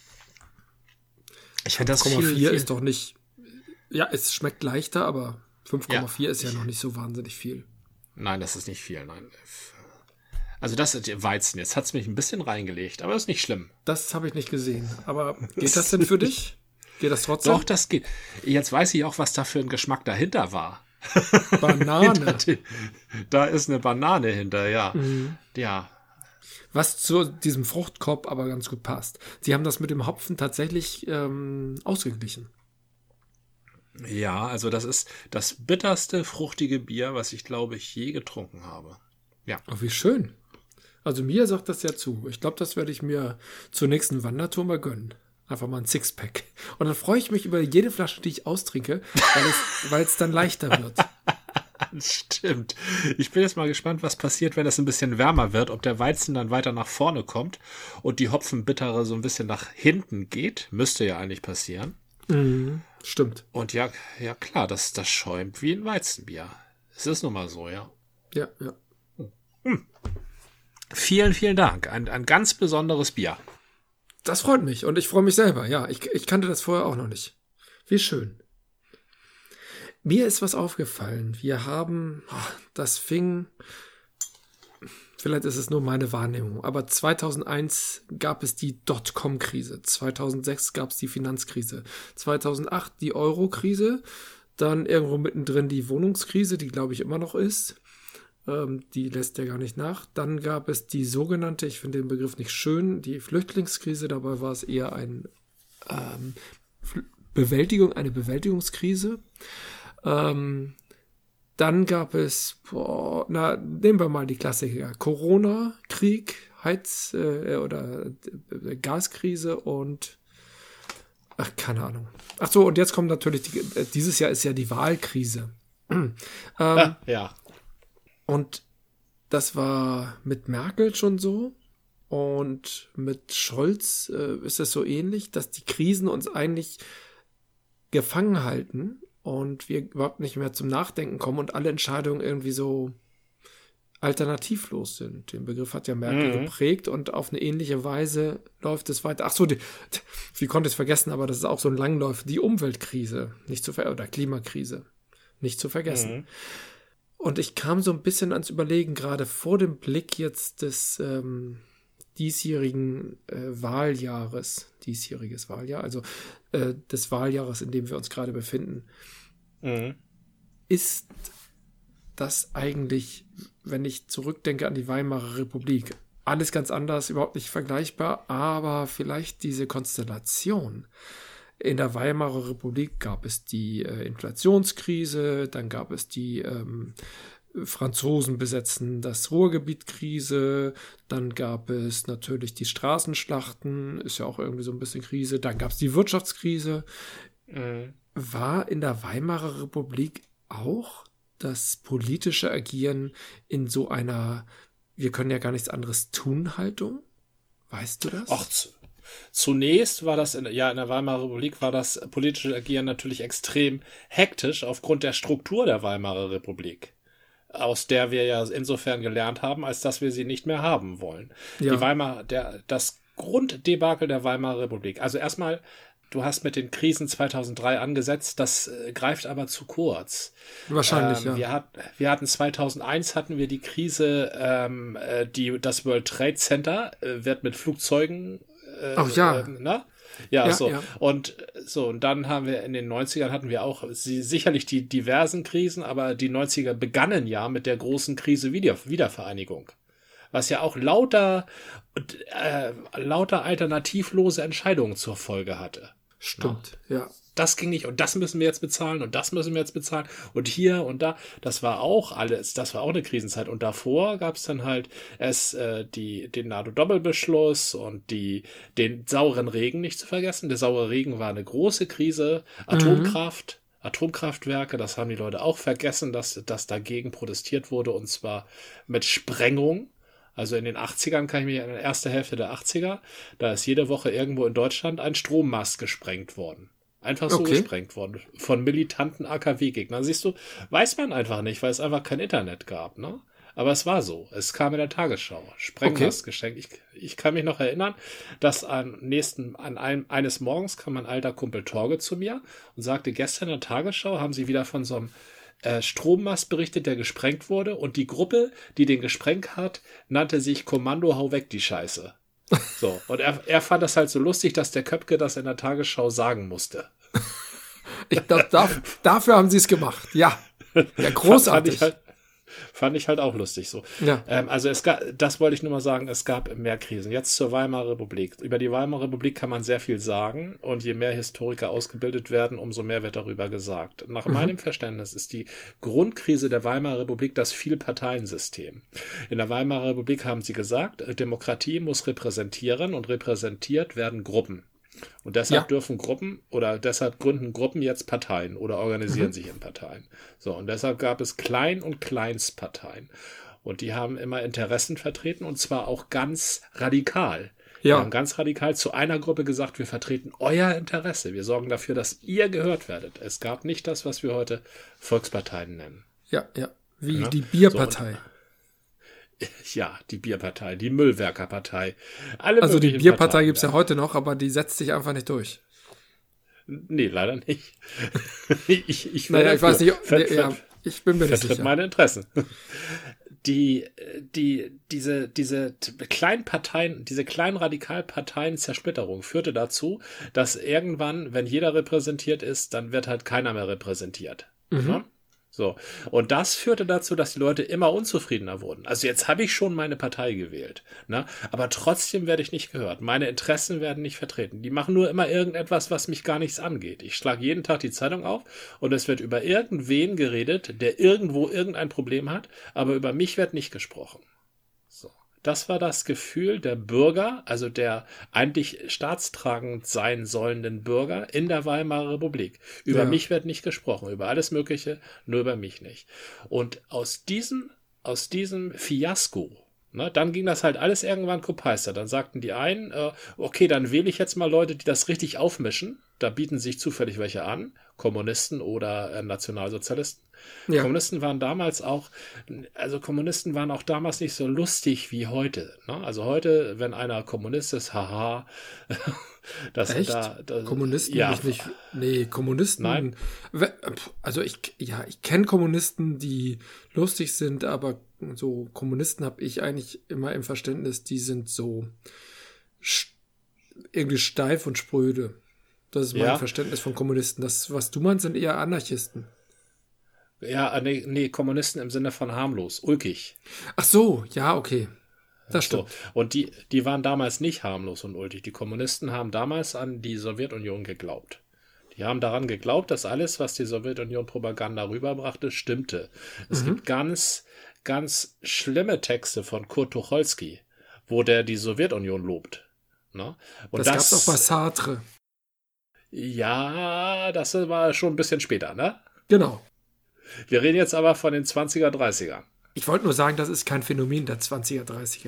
Ich finde das fünf Komma viel, vier viel ist doch nicht, ja, es schmeckt leichter, aber fünf Komma vier ist ja noch nicht so wahnsinnig viel. Nein, das ist nicht viel, nein. Also das ist Weizen. Jetzt hat es mich ein bisschen reingelegt, aber das ist nicht schlimm. Das habe ich nicht gesehen. Aber geht das denn für dich? Geht das trotzdem? Doch, das geht. Jetzt weiß ich auch, was da für ein Geschmack dahinter war. Banane. Da ist eine Banane hinter, ja. Mhm. Ja. Was zu diesem Fruchtkorb aber ganz gut passt. Sie haben das mit dem Hopfen tatsächlich ähm, ausgeglichen. Ja, also das ist das bitterste, fruchtige Bier, was ich, glaube ich, je getrunken habe. Ja. Oh, wie schön. Also mir sagt das ja zu. Ich glaube, das werde ich mir zur nächsten Wandertour mal gönnen. Einfach mal ein Sixpack. Und dann freue ich mich über jede Flasche, die ich austrinke, weil es, weil es dann leichter wird. Stimmt. Ich bin jetzt mal gespannt, was passiert, wenn es ein bisschen wärmer wird, ob der Weizen dann weiter nach vorne kommt und die Hopfenbittere so ein bisschen nach hinten geht. Müsste ja eigentlich passieren. Mhm, stimmt. Und ja, ja klar, das, das schäumt wie ein Weizenbier. Es ist nun mal so, ja. Ja, ja. Vielen, vielen Dank. Ein, ein ganz besonderes Bier. Das freut mich und ich freue mich selber. Ja, ich, ich kannte das vorher auch noch nicht. Wie schön. Mir ist was aufgefallen. Wir haben, oh, das fing, vielleicht ist es nur meine Wahrnehmung, aber zweitausendeins gab es die Dotcom-Krise, zweitausendsechs gab es die Finanzkrise, zweitausendacht die Euro-Krise, dann irgendwo mittendrin die Wohnungskrise, die glaube ich immer noch ist. Ähm, die lässt ja gar nicht nach. Dann gab es die sogenannte, ich finde den Begriff nicht schön, die Flüchtlingskrise, dabei war es eher ein ähm, Bewältigung, eine Bewältigungskrise. Ähm, dann gab es, boah, na, nehmen wir mal die Klassiker. Corona, Krieg, Heiz- äh, oder äh, Gaskrise und ach, keine Ahnung. Ach so, und jetzt kommt natürlich, die, äh, dieses Jahr ist ja die Wahlkrise. ähm, Ah, ja. Und das war mit Merkel schon so. Und mit Scholz äh, ist es so ähnlich, dass die Krisen uns eigentlich gefangen halten und wir überhaupt nicht mehr zum Nachdenken kommen und alle Entscheidungen irgendwie so alternativlos sind. Den Begriff hat ja Merkel Mhm. geprägt und auf eine ähnliche Weise läuft es weiter. Ach so, die, wie konnte ich es vergessen, aber das ist auch so ein Langläufer. Die Umweltkrise, nicht zu ver- oder Klimakrise, nicht zu vergessen. Mhm. Und ich kam so ein bisschen ans Überlegen, gerade vor dem Blick jetzt des ähm, diesjährigen äh, Wahljahres, diesjähriges Wahljahr, also äh, des Wahljahres, in dem wir uns gerade befinden, Mhm. ist das eigentlich, wenn ich zurückdenke an die Weimarer Republik, alles ganz anders, überhaupt nicht vergleichbar, aber vielleicht diese Konstellation. In der Weimarer Republik gab es die äh, Inflationskrise, dann gab es die ähm, Franzosen besetzen das Ruhrgebiet-Krise, dann gab es natürlich die Straßenschlachten, ist ja auch irgendwie so ein bisschen Krise, dann gab es die Wirtschaftskrise. Mhm. War in der Weimarer Republik auch das politische Agieren in so einer wir können ja gar nichts anderes tun Haltung? Weißt du das? Ach, zu, zunächst war das, in, ja, in der Weimarer Republik war das politische Agieren natürlich extrem hektisch aufgrund der Struktur der Weimarer Republik, aus der wir ja insofern gelernt haben, als dass wir sie nicht mehr haben wollen. Ja. Die Weimar, der, das Grunddebakel der Weimarer Republik. Also erstmal, du hast mit den Krisen zweitausenddrei angesetzt, das äh, greift aber zu kurz. Wahrscheinlich, ähm, ja. Wir, hat, wir hatten zweitausendeins hatten wir die Krise, ähm, äh, die, das World Trade Center äh, wird mit Flugzeugen äh, Ach ja. Äh, na? Ja, ja, so. Ja. Und so, und dann haben wir in den neunzigern hatten wir auch sie, sicherlich die diversen Krisen, aber die neunziger begannen ja mit der großen Krise Wieder, Wiedervereinigung. Was ja auch lauter, äh, lauter alternativlose Entscheidungen zur Folge hatte. Stimmt, ja. ja. Das ging nicht und das müssen wir jetzt bezahlen und das müssen wir jetzt bezahlen und hier und da. Das war auch alles, das war auch eine Krisenzeit. Und davor gab es dann halt es äh, die, den NATO-Doppelbeschluss und die, den sauren Regen nicht zu vergessen. Der saure Regen war eine große Krise. Atomkraft, mhm. Atomkraftwerke, das haben die Leute auch vergessen, dass, dass dagegen protestiert wurde und zwar mit Sprengung. Also in den achtzigern kann ich mich in der ersten Hälfte der achtziger, da ist jede Woche irgendwo in Deutschland ein Strommast gesprengt worden. Einfach so okay. gesprengt worden. Von militanten A K W-Gegnern. Siehst du, weiß man einfach nicht, weil es einfach kein Internet gab, ne? Aber es war so. Es kam in der Tagesschau. Sprengmast okay. geschenkt. Ich, ich kann mich noch erinnern, dass am nächsten, an einem, eines Morgens kam mein alter Kumpel Torge zu mir und sagte, gestern in der Tagesschau haben sie wieder von so einem Äh, Strommast berichtet, der gesprengt wurde und die Gruppe, die den gesprengt hat, nannte sich Kommando, hau weg die Scheiße. So, und er, er fand das halt so lustig, dass der Köpke das in der Tagesschau sagen musste. Ich glaube, da, dafür haben sie es gemacht, ja. Ja, großartig. Fand ich halt, fand ich halt auch lustig so. Ja. Ähm, also es gab, das wollte ich nur mal sagen, es gab mehr Krisen. Jetzt zur Weimarer Republik. Über die Weimarer Republik kann man sehr viel sagen und je mehr Historiker ausgebildet werden, umso mehr wird darüber gesagt. Nach mhm. meinem Verständnis ist die Grundkrise der Weimarer Republik das Vielparteiensystem. In der Weimarer Republik haben sie gesagt, Demokratie muss repräsentieren und repräsentiert werden Gruppen. Und deshalb ja. dürfen Gruppen oder deshalb gründen Gruppen jetzt Parteien oder organisieren mhm. sich in Parteien. So, und deshalb gab es Klein- und Kleinstparteien. Und die haben immer Interessen vertreten und zwar auch ganz radikal. Ja. Wir haben ganz radikal zu einer Gruppe gesagt, wir vertreten euer Interesse. Wir sorgen dafür, dass ihr gehört werdet. Es gab nicht das, was wir heute Volksparteien nennen. Ja, ja. Wie ja? die Bierpartei. So, ja, die Bierpartei, die Müllwerkerpartei. Alle also die Bierpartei gibt es ja heute noch, aber die setzt sich einfach nicht durch. Nee, leider nicht. ich, ich, naja, ich weiß nicht, ver, ver, ja, ich bin mir nicht sicher. Vertritt meine Interessen. Die, die, diese, diese kleinen Parteien, diese kleinen Radikalparteien-Zersplitterung führte dazu, dass irgendwann, wenn jeder repräsentiert ist, dann wird halt keiner mehr repräsentiert. Mhm. Ne? So. Und das führte dazu, dass die Leute immer unzufriedener wurden. Also jetzt habe ich schon meine Partei gewählt, ne? Aber trotzdem werde ich nicht gehört. Meine Interessen werden nicht vertreten. Die machen nur immer irgendetwas, was mich gar nichts angeht. Ich schlage jeden Tag die Zeitung auf und es wird über irgendwen geredet, der irgendwo irgendein Problem hat, aber über mich wird nicht gesprochen. So. Das war das Gefühl der Bürger, also der eigentlich staatstragend sein sollenden Bürger in der Weimarer Republik. Über ja. mich wird nicht gesprochen, über alles Mögliche, nur über mich nicht. Und aus diesem, aus diesem Fiasko, ne, dann ging das halt alles irgendwann kopeister. Dann sagten die einen, äh, okay, dann wähle ich jetzt mal Leute, die das richtig aufmischen. Da bieten sich zufällig welche an, Kommunisten oder äh, Nationalsozialisten. Ja. Kommunisten waren damals auch, also Kommunisten waren auch damals nicht so lustig wie heute. Ne? Also heute, wenn einer Kommunist ist, haha. Das, Echt? Da, da, Kommunisten ja. ich nicht. Nee, Kommunisten. Nein. Also ich, ja, ich kenne Kommunisten, die lustig sind, aber so Kommunisten habe ich eigentlich immer im Verständnis, die sind so irgendwie steif und spröde. Das ist mein ja. Verständnis von Kommunisten. Das, was du meinst, sind eher Anarchisten. Ja, nee, nee, Kommunisten im Sinne von harmlos, ulkig. Ach so, ja, okay. Das stimmt. So. Und die, die waren damals nicht harmlos und ulkig. Die Kommunisten haben damals an die Sowjetunion geglaubt. Die haben daran geglaubt, dass alles, was die Sowjetunion Propaganda rüberbrachte, stimmte. Es mhm. gibt ganz, ganz schlimme Texte von Kurt Tucholsky, wo der die Sowjetunion lobt. Ne? Und das, das gab es auch bei Sartre. Ja, das war schon ein bisschen später, ne? Genau. Wir reden jetzt aber von den zwanziger, dreißiger. Ich wollte nur sagen, das ist kein Phänomen der zwanziger, dreißiger.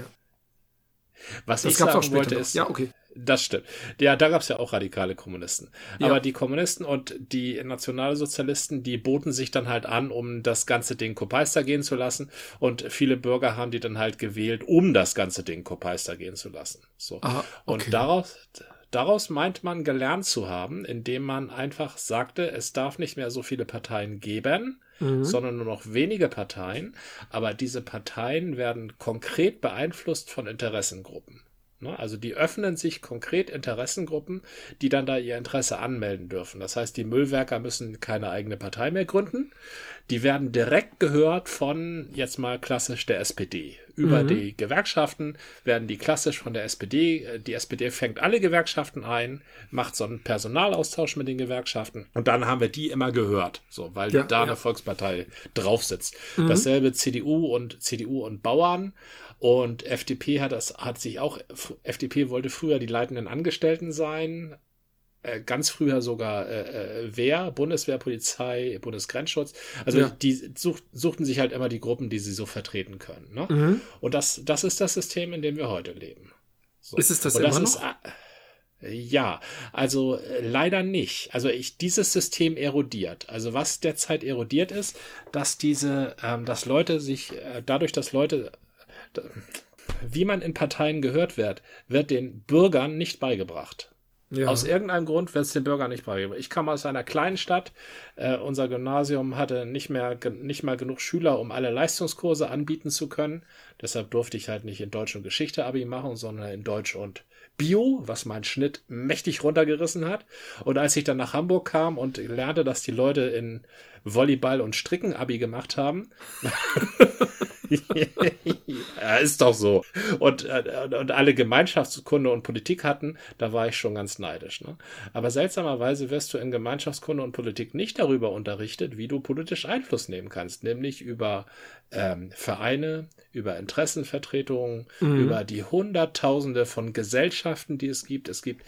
Was das ich gab's sagen auch später wollte noch. ist, ja, okay. Das stimmt. Ja, da gab es ja auch radikale Kommunisten. Ja. Aber die Kommunisten und die Nationalsozialisten, die boten sich dann halt an, um das ganze Ding Kopeister gehen zu lassen. Und viele Bürger haben die dann halt gewählt, um das ganze Ding Kopeister gehen zu lassen. So. Aha, okay. Und daraus, daraus meint man gelernt zu haben, indem man einfach sagte, es darf nicht mehr so viele Parteien geben, mhm. sondern nur noch wenige Parteien. Aber diese Parteien werden konkret beeinflusst von Interessengruppen. Also die öffnen sich konkret Interessengruppen, die dann da ihr Interesse anmelden dürfen. Das heißt, die Müllwerker müssen keine eigene Partei mehr gründen. Die werden direkt gehört von, jetzt mal klassisch, der S P D. Über mhm. die Gewerkschaften werden die klassisch von der S P D. Die S P D fängt alle Gewerkschaften ein, macht so einen Personalaustausch mit den Gewerkschaften. Und dann haben wir die immer gehört, so, weil ja, da ja. eine Volkspartei drauf sitzt. Mhm. Dasselbe C D U und C D U und Bauern. Und F D P hat das, hat sich auch, F D P wollte früher die leitenden Angestellten sein, äh, ganz früher sogar äh, Wehr, Bundeswehr, Polizei, Bundesgrenzschutz. Also ja. die such, suchten sich halt immer die Gruppen, die sie so vertreten können. Ne? Mhm. Und das, das ist das System, in dem wir heute leben. So. Ist es das Und immer das noch? Ist, ja, also äh, leider nicht. Also ich, dieses System erodiert. Also was derzeit erodiert ist, dass diese, ähm, dass Leute sich, äh, dadurch, dass Leute wie man in Parteien gehört wird, wird den Bürgern nicht beigebracht. Ja. Aus irgendeinem Grund wird es den Bürgern nicht beigebracht. Ich komme aus einer kleinen Stadt. Äh, unser Gymnasium hatte nicht mehr nicht mal genug Schüler, um alle Leistungskurse anbieten zu können. Deshalb durfte ich halt nicht in Deutsch und Geschichte Abi machen, sondern in Deutsch und Bio, was meinen Schnitt mächtig runtergerissen hat. Und als ich dann nach Hamburg kam und lernte, dass die Leute in Volleyball und Stricken Abi gemacht haben, ja, ist doch so. Und, und alle Gemeinschaftskunde und Politik hatten, da war ich schon ganz neidisch. Ne? Aber seltsamerweise wirst du in Gemeinschaftskunde und Politik nicht darüber unterrichtet, wie du politisch Einfluss nehmen kannst, nämlich über ähm, Vereine, über Interessenvertretungen, mhm. über die Hunderttausende von Gesellschaften, die es gibt. Es gibt,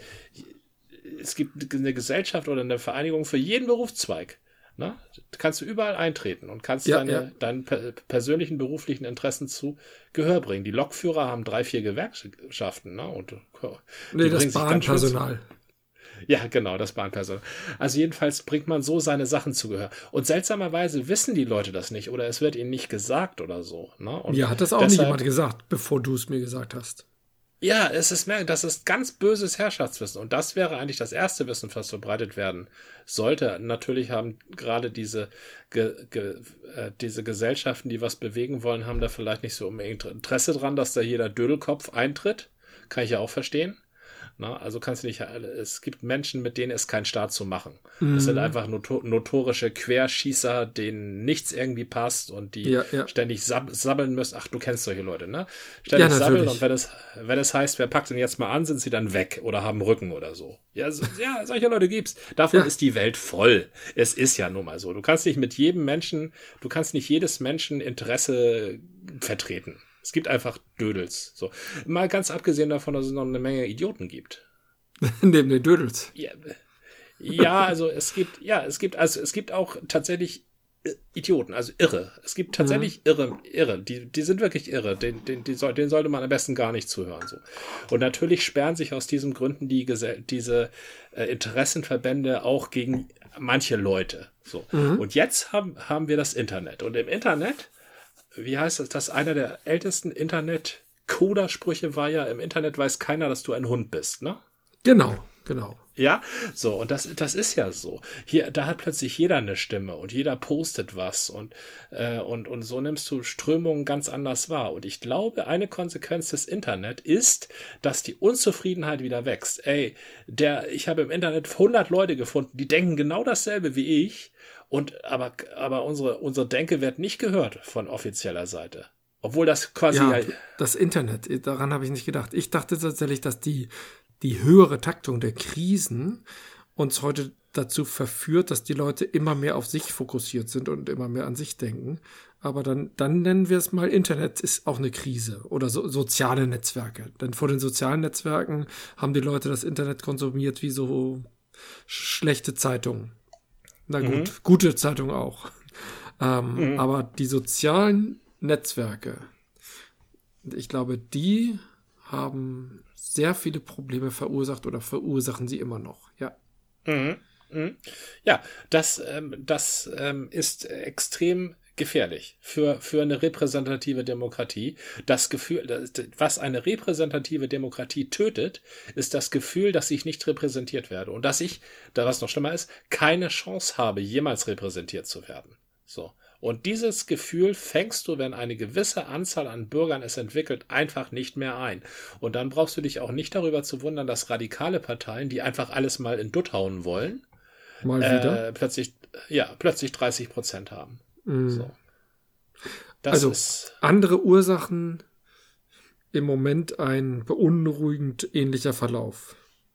es gibt eine Gesellschaft oder eine Vereinigung für jeden Berufszweig. Na, kannst du überall eintreten und kannst ja, deine, ja. deinen per persönlichen beruflichen Interessen zu Gehör bringen. Die Lokführer haben drei, vier Gewerkschaften. Ne? Und, nee, das Bahnpersonal. Ja, genau, das Bahnpersonal. Also jedenfalls bringt man so seine Sachen zu Gehör. Und seltsamerweise wissen die Leute das nicht oder es wird ihnen nicht gesagt oder so. Ne? Und ja, hat das auch deshalb, nicht jemand gesagt, bevor du es mir gesagt hast. Ja, es ist, das ist ganz böses Herrschaftswissen. Und das wäre eigentlich das erste Wissen, was verbreitet werden sollte. Natürlich haben gerade diese, ge, ge, äh, diese Gesellschaften, die was bewegen wollen, haben da vielleicht nicht so unbedingt Interesse dran, dass da jeder Dödelkopf eintritt. Kann ich ja auch verstehen. Na, also kannst du nicht, es gibt Menschen, mit denen ist kein Staat zu machen. Mhm. Das sind einfach notor notorische Querschießer, denen nichts irgendwie passt und die ja, ja. ständig sab sabbeln müssen. Ach, du kennst solche Leute, ne? Ständig ja, sabbeln und wenn es, wenn es heißt, wer packt denn jetzt mal an, sind sie dann weg oder haben Rücken oder so. Ja, so, ja solche Leute gibt's. Davon ja. ist die Welt voll. Es ist ja nun mal so. Du kannst nicht mit jedem Menschen, du kannst nicht jedes Menschen Interesse vertreten. Es gibt einfach Dödels. So. Mal ganz abgesehen davon, dass es noch eine Menge Idioten gibt. Neben den Dödels. Ja, ja, also es gibt, ja, es gibt, also es gibt auch tatsächlich Idioten, also Irre. Es gibt tatsächlich mhm. Irre, Irre. Die, die sind wirklich irre. Den, den, die soll, denen sollte man am besten gar nicht zuhören. So. Und natürlich sperren sich aus diesen Gründen die, diese äh, Interessenverbände auch gegen manche Leute. So. Mhm. Und jetzt haben, haben wir das Internet. Und im Internet, wie heißt das, das einer der ältesten Internet-Coder-Sprüche war ja, im Internet weiß keiner, dass du ein Hund bist, ne? Genau, genau. Ja, so, und das, das ist ja so. Hier, da hat plötzlich jeder eine Stimme und jeder postet was und, äh, und, und so nimmst du Strömungen ganz anders wahr. Und ich glaube, eine Konsequenz des Internet ist, dass die Unzufriedenheit wieder wächst. Ey, der, ich habe im Internet hundert Leute gefunden, die denken genau dasselbe wie ich. Und aber, aber unsere, unsere Denke wird nicht gehört von offizieller Seite. Obwohl das quasi... Ja, das Internet, daran habe ich nicht gedacht. Ich dachte tatsächlich, dass die, die höhere Taktung der Krisen uns heute dazu verführt, dass die Leute immer mehr auf sich fokussiert sind und immer mehr an sich denken. Aber dann, dann nennen wir es mal, Internet ist auch eine Krise oder so, soziale Netzwerke. Denn vor den sozialen Netzwerken haben die Leute das Internet konsumiert wie so schlechte Zeitungen. Na gut, mhm. gute Zeitungen auch. Ähm, mhm. Aber die sozialen Netzwerke, ich glaube, die haben sehr viele Probleme verursacht oder verursachen sie immer noch, ja. Mhm. Mhm. Ja, das, ähm, das ähm, ist extrem gefährlich für, für eine repräsentative Demokratie. Das Gefühl, das, was eine repräsentative Demokratie tötet, ist das Gefühl, dass ich nicht repräsentiert werde und dass ich, da was noch schlimmer ist, keine Chance habe, jemals repräsentiert zu werden. So. Und dieses Gefühl fängst du, wenn eine gewisse Anzahl an Bürgern es entwickelt, einfach nicht mehr ein. Und dann brauchst du dich auch nicht darüber zu wundern, dass radikale Parteien, die einfach alles mal in Dutt hauen wollen, mal wieder äh, plötzlich, ja, plötzlich dreißig Prozent haben. Mm. So. Das also ist andere Ursachen, im Moment ein beunruhigend ähnlicher Verlauf.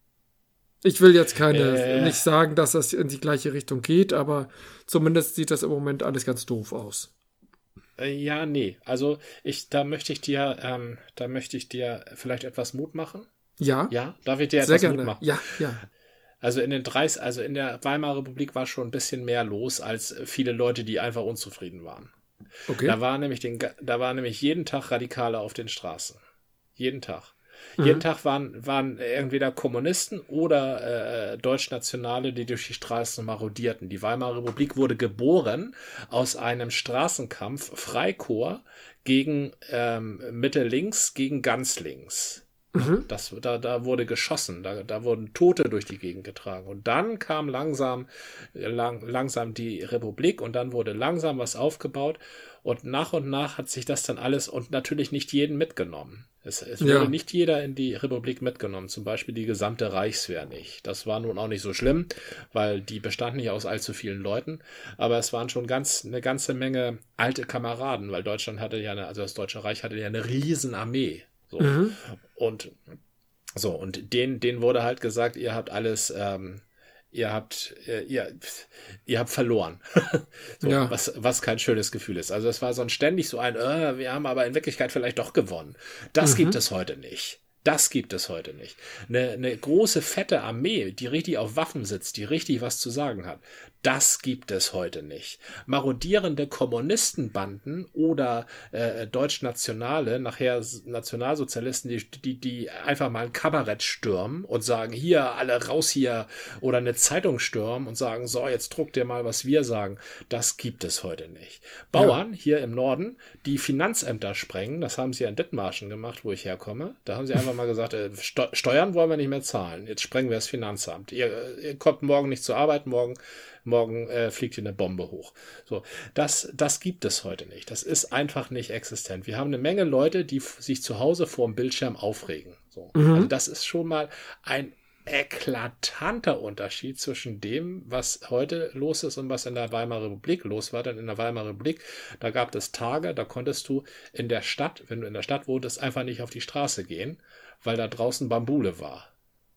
Ich will jetzt keine, äh, nicht sagen, dass das in die gleiche Richtung geht, aber zumindest sieht das im Moment alles ganz doof aus. Äh, ja, nee. Also ich, da möchte ich dir, ähm, da möchte ich dir vielleicht etwas Mut machen. Ja. Ja, darf ich dir sehr etwas gerne. Mut machen? Ja, ja. Also in den dreißig, also in der Weimarer Republik war schon ein bisschen mehr los als viele Leute, die einfach unzufrieden waren. Okay. Da war nämlich den, da war nämlich jeden Tag Radikale auf den Straßen. Jeden Tag. Mhm. Jeden Tag waren, waren entweder Kommunisten oder äh, Deutschnationale, die durch die Straßen marodierten. Die Weimarer Republik wurde geboren aus einem Straßenkampf, Freikorps gegen ähm, Mitte links, gegen ganz links. Mhm. Das, da, da wurde geschossen, da, da wurden Tote durch die Gegend getragen. Und dann kam langsam, lang, langsam die Republik und dann wurde langsam was aufgebaut. Und nach und nach hat sich das dann alles und natürlich nicht jeden mitgenommen. Es, es ja. wurde nicht jeder in die Republik mitgenommen, zum Beispiel die gesamte Reichswehr nicht. Das war nun auch nicht so schlimm, weil die bestand nicht aus allzu vielen Leuten, aber es waren schon ganz eine ganze Menge alte Kameraden, weil Deutschland hatte ja eine, also das Deutsche Reich hatte ja eine Riesenarmee. So. Mhm. Und so, und denen, denen wurde halt gesagt, ihr habt alles, ähm, ihr habt, äh, ihr, ihr habt verloren. so, ja. was, was kein schönes Gefühl ist. Also es war so ein ständig so ein, äh, wir haben aber in Wirklichkeit vielleicht doch gewonnen. Das mhm. gibt es heute nicht. Das gibt es heute nicht. Eine, eine große, fette Armee, die richtig auf Waffen sitzt, die richtig was zu sagen hat, das gibt es heute nicht. Marodierende Kommunistenbanden oder äh, Deutschnationale, nachher Nationalsozialisten, die, die, die einfach mal ein Kabarett stürmen und sagen, hier, alle raus hier, oder eine Zeitung stürmen und sagen, so, jetzt druckt ihr mal, was wir sagen. Das gibt es heute nicht. Bauern ja. hier im Norden, die Finanzämter sprengen, das haben sie in Dithmarschen gemacht, wo ich herkomme. Da haben sie einfach mal gesagt, äh, Steu- Steuern wollen wir nicht mehr zahlen. Jetzt sprengen wir das Finanzamt. Ihr, ihr kommt morgen nicht zur Arbeit, morgen Morgen äh, fliegt hier eine Bombe hoch. So, das, das gibt es heute nicht. Das ist einfach nicht existent. Wir haben eine Menge Leute, die f- sich zu Hause vor dem Bildschirm aufregen. So. Mhm. Also das ist schon mal ein eklatanter Unterschied zwischen dem, was heute los ist und was in der Weimarer Republik los war. Denn in der Weimarer Republik, da gab es Tage, da konntest du in der Stadt, wenn du in der Stadt wohntest, einfach nicht auf die Straße gehen, weil da draußen Bambule war.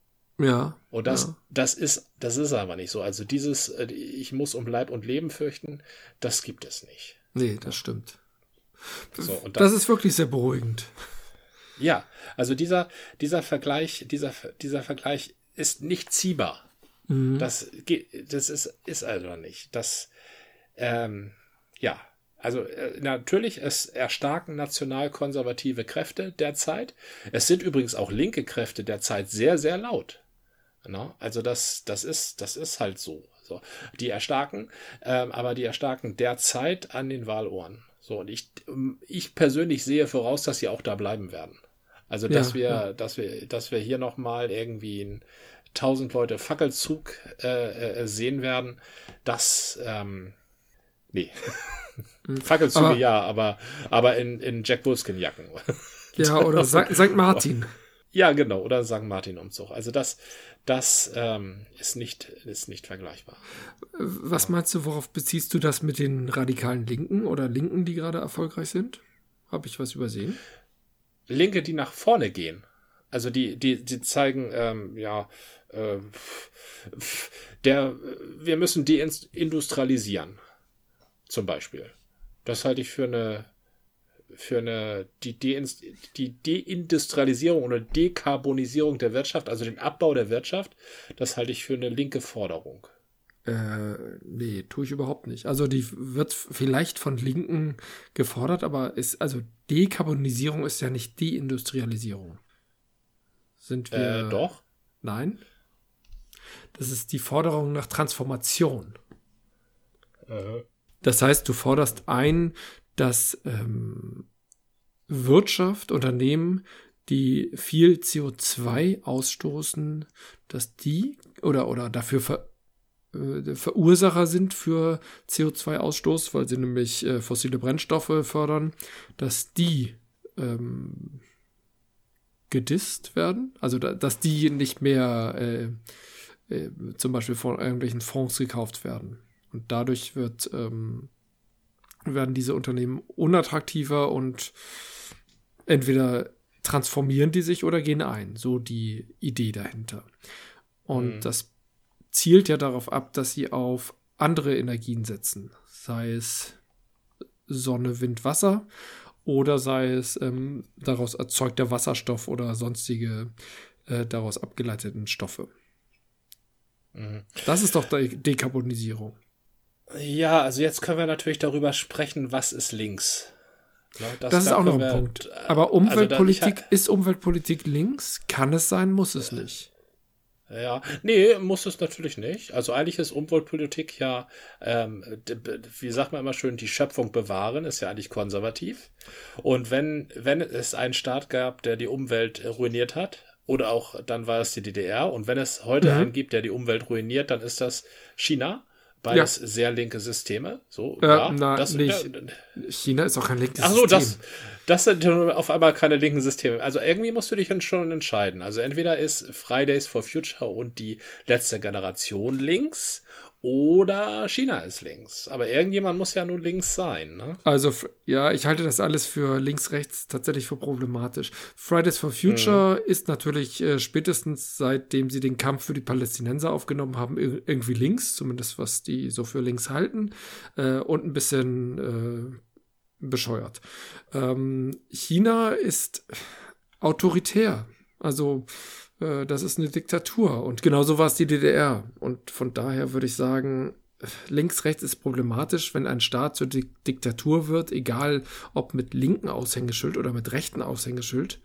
Ja. Und das, ja. das ist, das ist aber nicht so. Also dieses, ich muss um Leib und Leben fürchten, das gibt es nicht. Nee, das stimmt. So, und das, das ist wirklich sehr beruhigend. Ja, also dieser, dieser Vergleich, dieser, dieser Vergleich ist nicht ziehbar. Mhm. Das geht, das ist, ist also nicht. Das, ähm, ja. Also äh, natürlich, es erstarken nationalkonservative Kräfte derzeit. Es sind übrigens auch linke Kräfte derzeit sehr, sehr laut. No? Also das, das ist, das ist halt so. so. Die erstarken, ähm, aber die erstarken derzeit an den Wahlohren. So, und ich, ich persönlich sehe voraus, dass sie auch da bleiben werden. Also dass ja, wir, ja. dass wir, dass wir hier nochmal irgendwie einen tausend Leute Fackelzug äh, äh, sehen werden. Das, ähm, nee. Fackelzüge aber, ja, aber, aber in, in Jack Wolfskin-Jacken. Ja, oder Sankt Martin. Ja, genau, oder Sankt Martin-Umzug. Also das, das ähm, ist, nicht, ist nicht vergleichbar. Was meinst du, worauf beziehst du das mit den radikalen Linken oder Linken, die gerade erfolgreich sind? Habe ich was übersehen? Linke, die nach vorne gehen. Also die, die, die zeigen, ähm, ja, äh, der, wir müssen deindustrialisieren. Zum Beispiel. Das halte ich für eine, für eine, die, De, die Deindustrialisierung oder Dekarbonisierung der Wirtschaft, also den Abbau der Wirtschaft, das halte ich für eine linke Forderung. Äh, nee, tue ich überhaupt nicht. Also die wird vielleicht von Linken gefordert, aber ist, also Dekarbonisierung ist ja nicht Deindustrialisierung. Sind wir. Äh, doch. Nein. Das ist die Forderung nach Transformation. Äh. Das heißt, du forderst ein, dass ähm, Wirtschaft, Unternehmen, die viel C O zwei ausstoßen, dass die oder, oder dafür ver, äh, Verursacher sind für C O zwei Ausstoß, weil sie nämlich äh, fossile Brennstoffe fördern, dass die ähm, gedisst werden, also da, dass die nicht mehr äh, äh, zum Beispiel von irgendwelchen Fonds gekauft werden. Und dadurch wird, ähm, werden diese Unternehmen unattraktiver und entweder transformieren die sich oder gehen ein. So die Idee dahinter. Und mhm. das zielt ja darauf ab, dass sie auf andere Energien setzen. Sei es Sonne, Wind, Wasser oder sei es ähm, daraus erzeugter Wasserstoff oder sonstige äh, daraus abgeleiteten Stoffe. Mhm. Das ist doch De- Dekarbonisierung. Ja, also jetzt können wir natürlich darüber sprechen, was ist links. Ja, das das ist auch noch ein wir, Punkt. Aber Umweltpolitik, also da, ich, ist Umweltpolitik links? Kann es sein, muss es nicht. Ja, nee, muss es natürlich nicht. Also eigentlich ist Umweltpolitik ja, ähm, wie sagt man immer schön, die Schöpfung bewahren, ist ja eigentlich konservativ. Und wenn, wenn es einen Staat gab, der die Umwelt ruiniert hat, oder auch, dann war es die D D R, und wenn es heute mhm. einen gibt, der die Umwelt ruiniert, dann ist das China. Beides ja. sehr linke Systeme. So, äh, ja, na, das, nicht. Ja, China ist auch kein linkes Ach so, System. Das, das sind auf einmal keine linken Systeme. Also irgendwie musst du dich schon entscheiden. Also entweder ist Fridays for Future und die letzte Generation links oder China ist links. Aber irgendjemand muss ja nur links sein. Ne? Also ja, ich halte das alles für links, rechts tatsächlich für problematisch. Fridays for Future mhm. ist natürlich äh, spätestens seitdem sie den Kampf für die Palästinenser aufgenommen haben, irgendwie links, zumindest was die so für links halten, äh, und ein bisschen äh, bescheuert. Ähm, China ist autoritär. Also äh, das ist eine Diktatur. Und genauso war es die D D R. Und von daher würde ich sagen, links, rechts ist problematisch, wenn ein Staat zur Di- Diktatur wird, egal ob mit linken Aushängeschild oder mit rechten Aushängeschild.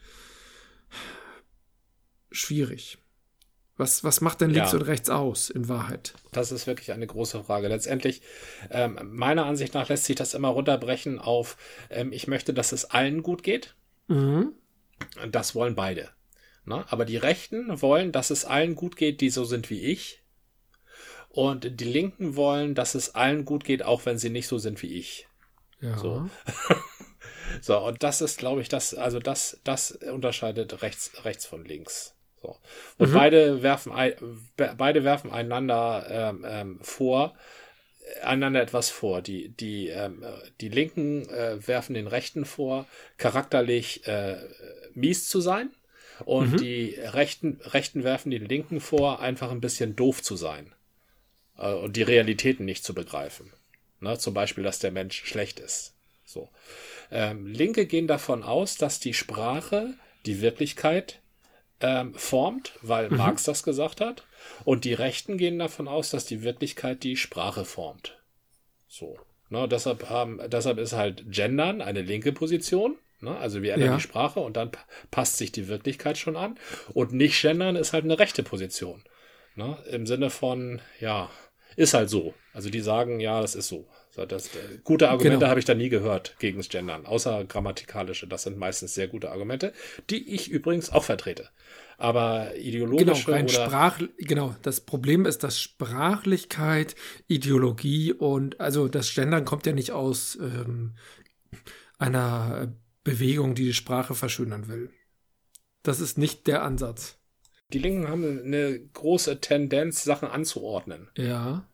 Schwierig. Was, was macht denn links ja. und rechts aus, in Wahrheit? Das ist wirklich eine große Frage. Letztendlich, ähm, meiner Ansicht nach, lässt sich das immer runterbrechen auf, ähm, ich möchte, dass es allen gut geht. Mhm. Das wollen beide. Na? Aber die Rechten wollen, dass es allen gut geht, die so sind wie ich. Und die Linken wollen, dass es allen gut geht, auch wenn sie nicht so sind wie ich. Ja. So. So, und das ist, glaube ich, das, also das, das unterscheidet rechts, rechts von links. So. Und mhm. beide werfen ein, beide werfen einander ähm, ähm, vor, einander etwas vor. Die, die, ähm, die Linken äh, werfen den Rechten vor, charakterlich äh, mies zu sein. Und mhm. die Rechten, Rechten werfen den Linken vor, einfach ein bisschen doof zu sein. Äh, und die Realitäten nicht zu begreifen. Ne? Zum Beispiel, dass der Mensch schlecht ist. So. Ähm, Linke gehen davon aus, dass die Sprache die Wirklichkeit ähm, formt, weil mhm. Marx das gesagt hat. Und die Rechten gehen davon aus, dass die Wirklichkeit die Sprache formt. So. Ne, deshalb, haben, deshalb ist halt Gendern eine linke Position. Ne? Also wir ändern ja. die Sprache und dann passt sich die Wirklichkeit schon an. Und nicht Gendern ist halt eine rechte Position. Ne? Im Sinne von, ja, ist halt so. Also die sagen, ja, das ist so. So, das, äh, gute Argumente genau. habe ich da nie gehört gegen das Gendern, außer grammatikalische. Das sind meistens sehr gute Argumente, die ich übrigens auch vertrete. Aber ideologische genau, rein oder... Sprach, genau, das Problem ist, dass Sprachlichkeit, Ideologie und, also das Gendern kommt ja nicht aus ähm, einer Bewegung, die die Sprache verschönern will. Das ist nicht der Ansatz. Die Linken haben eine große Tendenz, Sachen anzuordnen. Ja.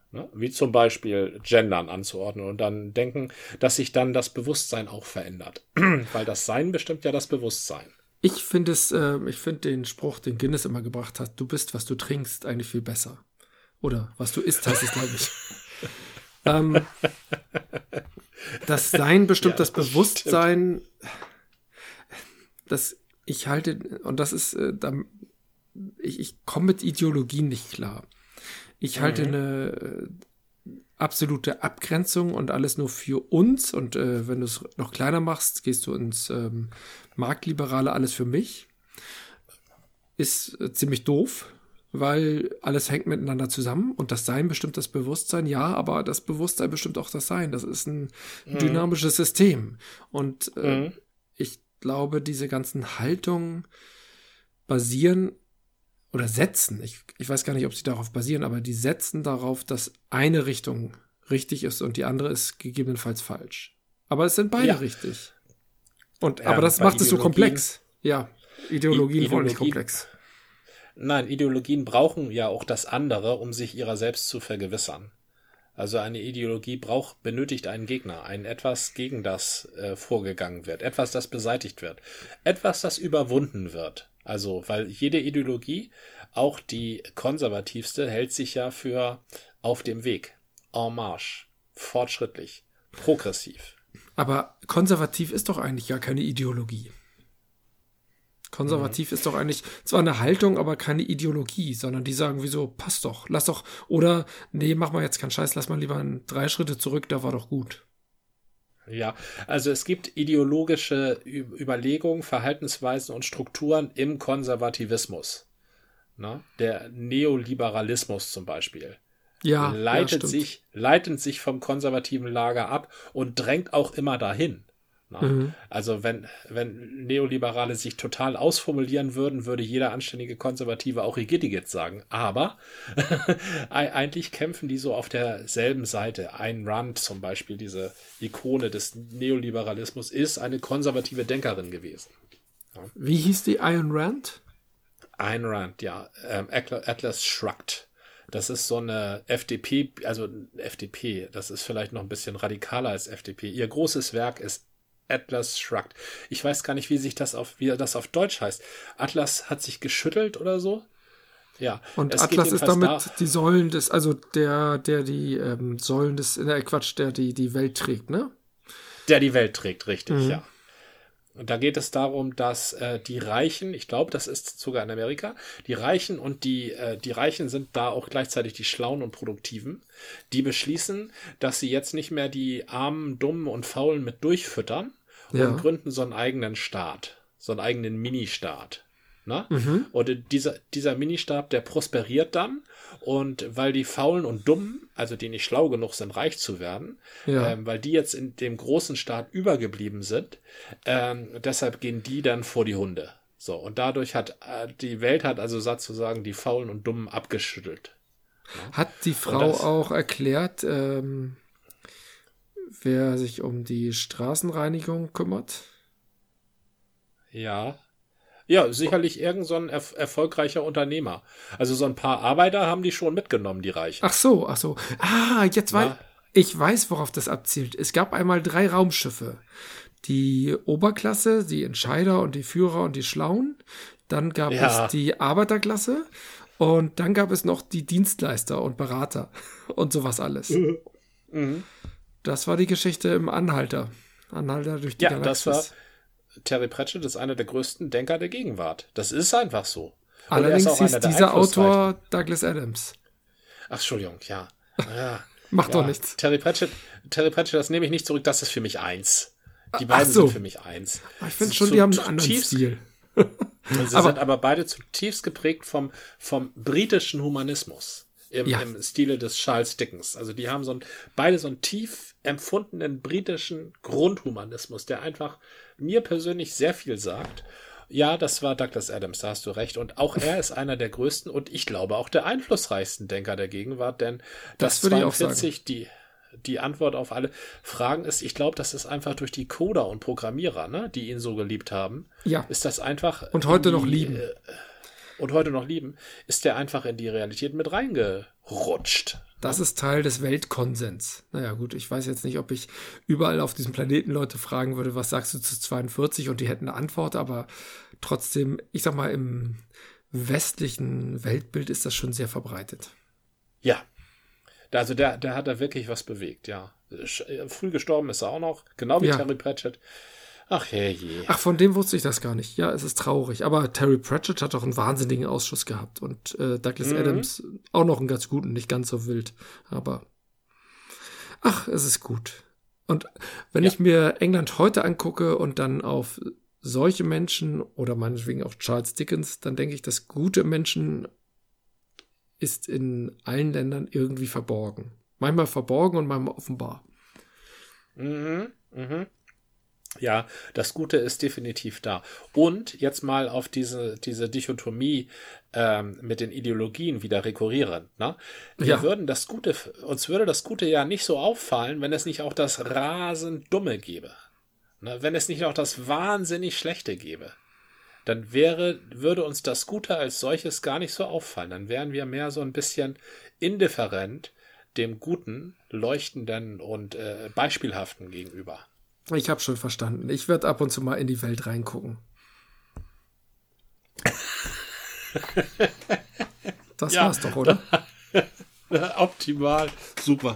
Ne? Wie zum Beispiel Gendern anzuordnen und dann denken, dass sich dann das Bewusstsein auch verändert. Weil das Sein bestimmt ja das Bewusstsein. Ich finde es, äh, ich finde den Spruch, den Guinness immer gebracht hat, du bist, was du trinkst, eigentlich viel besser. Oder was du isst, heißt es, glaube ich. ähm, das Sein bestimmt ja, das, das Bewusstsein. Stimmt. Das ich halte, und das ist, äh, da, ich, ich komme mit Ideologien nicht klar. Ich halte mhm. eine äh, absolute Abgrenzung und alles nur für uns. Und äh, wenn du es noch kleiner machst, gehst du ins ähm, Marktliberale, alles für mich. Ist äh, ziemlich doof, weil alles hängt miteinander zusammen und das Sein bestimmt das Bewusstsein. Ja, aber das Bewusstsein bestimmt auch das Sein. Das ist ein mhm. dynamisches System. Und äh, mhm. ich glaube, diese ganzen Haltungen basieren oder setzen, ich, ich weiß gar nicht, ob sie darauf basieren, aber die setzen darauf, dass eine Richtung richtig ist und die andere ist gegebenenfalls falsch. Aber es sind beide ja. richtig. Und, ja, aber das macht es so komplex. Ja, Ideologien I- wollen nicht komplex. Nein, Ideologien brauchen ja auch das andere, um sich ihrer selbst zu vergewissern. Also eine Ideologie braucht, benötigt einen Gegner, ein etwas, gegen das äh, vorgegangen wird, etwas, das beseitigt wird, etwas, das überwunden wird. Also, weil jede Ideologie, auch die konservativste, hält sich ja für auf dem Weg, en marche, fortschrittlich, progressiv. Aber konservativ ist doch eigentlich gar keine Ideologie. Konservativ mhm. ist doch eigentlich zwar eine Haltung, aber keine Ideologie, sondern die sagen, wieso, passt doch, lass doch, oder nee, mach mal jetzt keinen Scheiß, lass mal lieber drei Schritte zurück, da war doch gut. Ja, also es gibt ideologische Überlegungen, Verhaltensweisen und Strukturen im Konservativismus. Ne? Der Neoliberalismus zum Beispiel. Ja, leitet, ja, sich, leitet sich vom konservativen Lager ab und drängt auch immer dahin. Mhm. Also wenn, wenn Neoliberale sich total ausformulieren würden, würde jeder anständige Konservative auch Igitt sagen. Aber eigentlich kämpfen die so auf derselben Seite. Ayn Rand zum Beispiel, diese Ikone des Neoliberalismus, ist eine konservative Denkerin gewesen. Ja. Wie hieß die Ayn Rand? Ayn Rand, ja. Ähm, Atlas Shrugged. Das ist so eine F D P, also F D P, das ist vielleicht noch ein bisschen radikaler als F D P. Ihr großes Werk ist Atlas Shrugged. Ich weiß gar nicht, wie sich das auf, wie das auf Deutsch heißt. Atlas hat sich geschüttelt oder so. Ja. Und Atlas ist damit da, die Säulen des, also der, der die ähm, Säulen des, äh, Quatsch, der die die Welt trägt, ne? Der die Welt trägt, richtig, mhm. ja. Und da geht es darum, dass äh, die Reichen, ich glaube, das ist sogar in Amerika, die Reichen und die, äh, die Reichen sind da auch gleichzeitig die Schlauen und Produktiven, die beschließen, dass sie jetzt nicht mehr die Armen, Dummen und Faulen mit durchfüttern ja. und gründen so einen eigenen Staat, so einen eigenen Ministaat. Ne? Mhm. Und dieser, dieser Ministaat, der prosperiert dann und weil die Faulen und Dummen, also die nicht schlau genug sind, reich zu werden, ja. ähm, weil die jetzt in dem großen Staat übergeblieben sind, ähm, deshalb gehen die dann vor die Hunde. So, und dadurch hat äh, die Welt hat also sozusagen die Faulen und Dummen abgeschüttelt. Ja? Hat die Frau das, auch erklärt, ähm, wer sich um die Straßenreinigung kümmert? Ja. Ja, sicherlich irgend so ein er- erfolgreicher Unternehmer. Also so ein paar Arbeiter haben die schon mitgenommen, die Reichen. Ach so, ach so. Ah, jetzt weiß ich weiß, worauf das abzielt. Es gab einmal drei Raumschiffe. Die Oberklasse, die Entscheider und die Führer und die Schlauen. Dann gab ja. es die Arbeiterklasse. Und dann gab es noch die Dienstleister und Berater und sowas alles. Mhm. Das war die Geschichte im Anhalter. Anhalter durch die ja, Galaxis. Das war Terry Pratchett ist einer der größten Denker der Gegenwart. Das ist einfach so. Allerdings hieß dieser Autor Douglas Adams. Ach, Entschuldigung, ja. ja. Macht ja. doch nichts. Terry Pratchett, Terry Pratchett, das nehme ich nicht zurück, das ist für mich eins. Die beiden so. sind für mich eins. Ich finde schon, die haben einen anderen tiefst, Stil. Sie aber, sind aber beide zutiefst geprägt vom, vom britischen Humanismus. Im, ja. im Stile des Charles Dickens. Also die haben so ein, beide so einen tief empfundenen britischen Grundhumanismus, der einfach mir persönlich sehr viel sagt. Ja, das war Douglas Adams, da hast du recht. Und auch er ist einer der größten und ich glaube auch der einflussreichsten Denker der Gegenwart, denn das, das würde zweiundvierzig, ich auch sagen. Die, die Antwort auf alle Fragen ist, ich glaube, das ist einfach durch die Coder und Programmierer, ne, die ihn so geliebt haben. Ja. Ist das einfach. Und heute die, noch lieben. Äh, und heute noch lieben, ist der einfach in die Realität mit reingerutscht. Das ist Teil des Weltkonsens. Naja gut, ich weiß jetzt nicht, ob ich überall auf diesem Planeten Leute fragen würde, was sagst du zu zweiundvierzig, und die hätten eine Antwort, aber trotzdem, ich sag mal, im westlichen Weltbild ist das schon sehr verbreitet. Ja, also der, der hat da wirklich was bewegt, ja. Früh gestorben ist er auch noch, genau wie ja. Terry Pratchett. Ach herrje. Ach, von dem wusste ich das gar nicht. Ja, es ist traurig. Aber Terry Pratchett hat doch einen wahnsinnigen Ausschuss gehabt. Und äh, Douglas mhm. Adams auch noch einen ganz guten, nicht ganz so wild. Aber ach, es ist gut. Und wenn ja. ich mir England heute angucke und dann auf solche Menschen oder meinetwegen auch Charles Dickens, dann denke ich, das gute Menschen ist in allen Ländern irgendwie verborgen. Manchmal verborgen und manchmal offenbar. Mhm, mhm. Ja, das Gute ist definitiv da. Und jetzt mal auf diese, diese Dichotomie ähm, mit den Ideologien wieder rekurrieren. Ne? Wir ja. würden das Gute, uns würde das Gute ja nicht so auffallen, wenn es nicht auch das rasend Dumme gäbe. Ne? Wenn es nicht auch das wahnsinnig Schlechte gäbe. Dann wäre, würde uns das Gute als solches gar nicht so auffallen. Dann wären wir mehr so ein bisschen indifferent dem Guten, Leuchtenden und äh, Beispielhaften gegenüber. Ich habe schon verstanden. Ich werde ab und zu mal in die Welt reingucken. Das ja, war's doch, oder? Optimal. Super.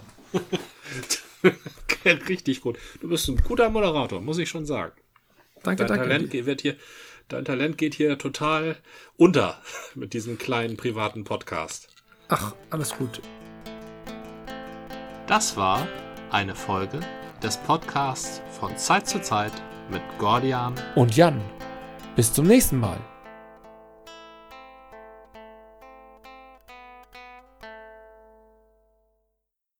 Richtig gut. Du bist ein guter Moderator, muss ich schon sagen. Danke, dein danke. Talent wird hier, dein Talent geht hier total unter mit diesem kleinen privaten Podcast. Ach, alles gut. Das war eine Folge des Podcasts von Zeit zu Zeit mit Gordian und Jan. Bis zum nächsten Mal.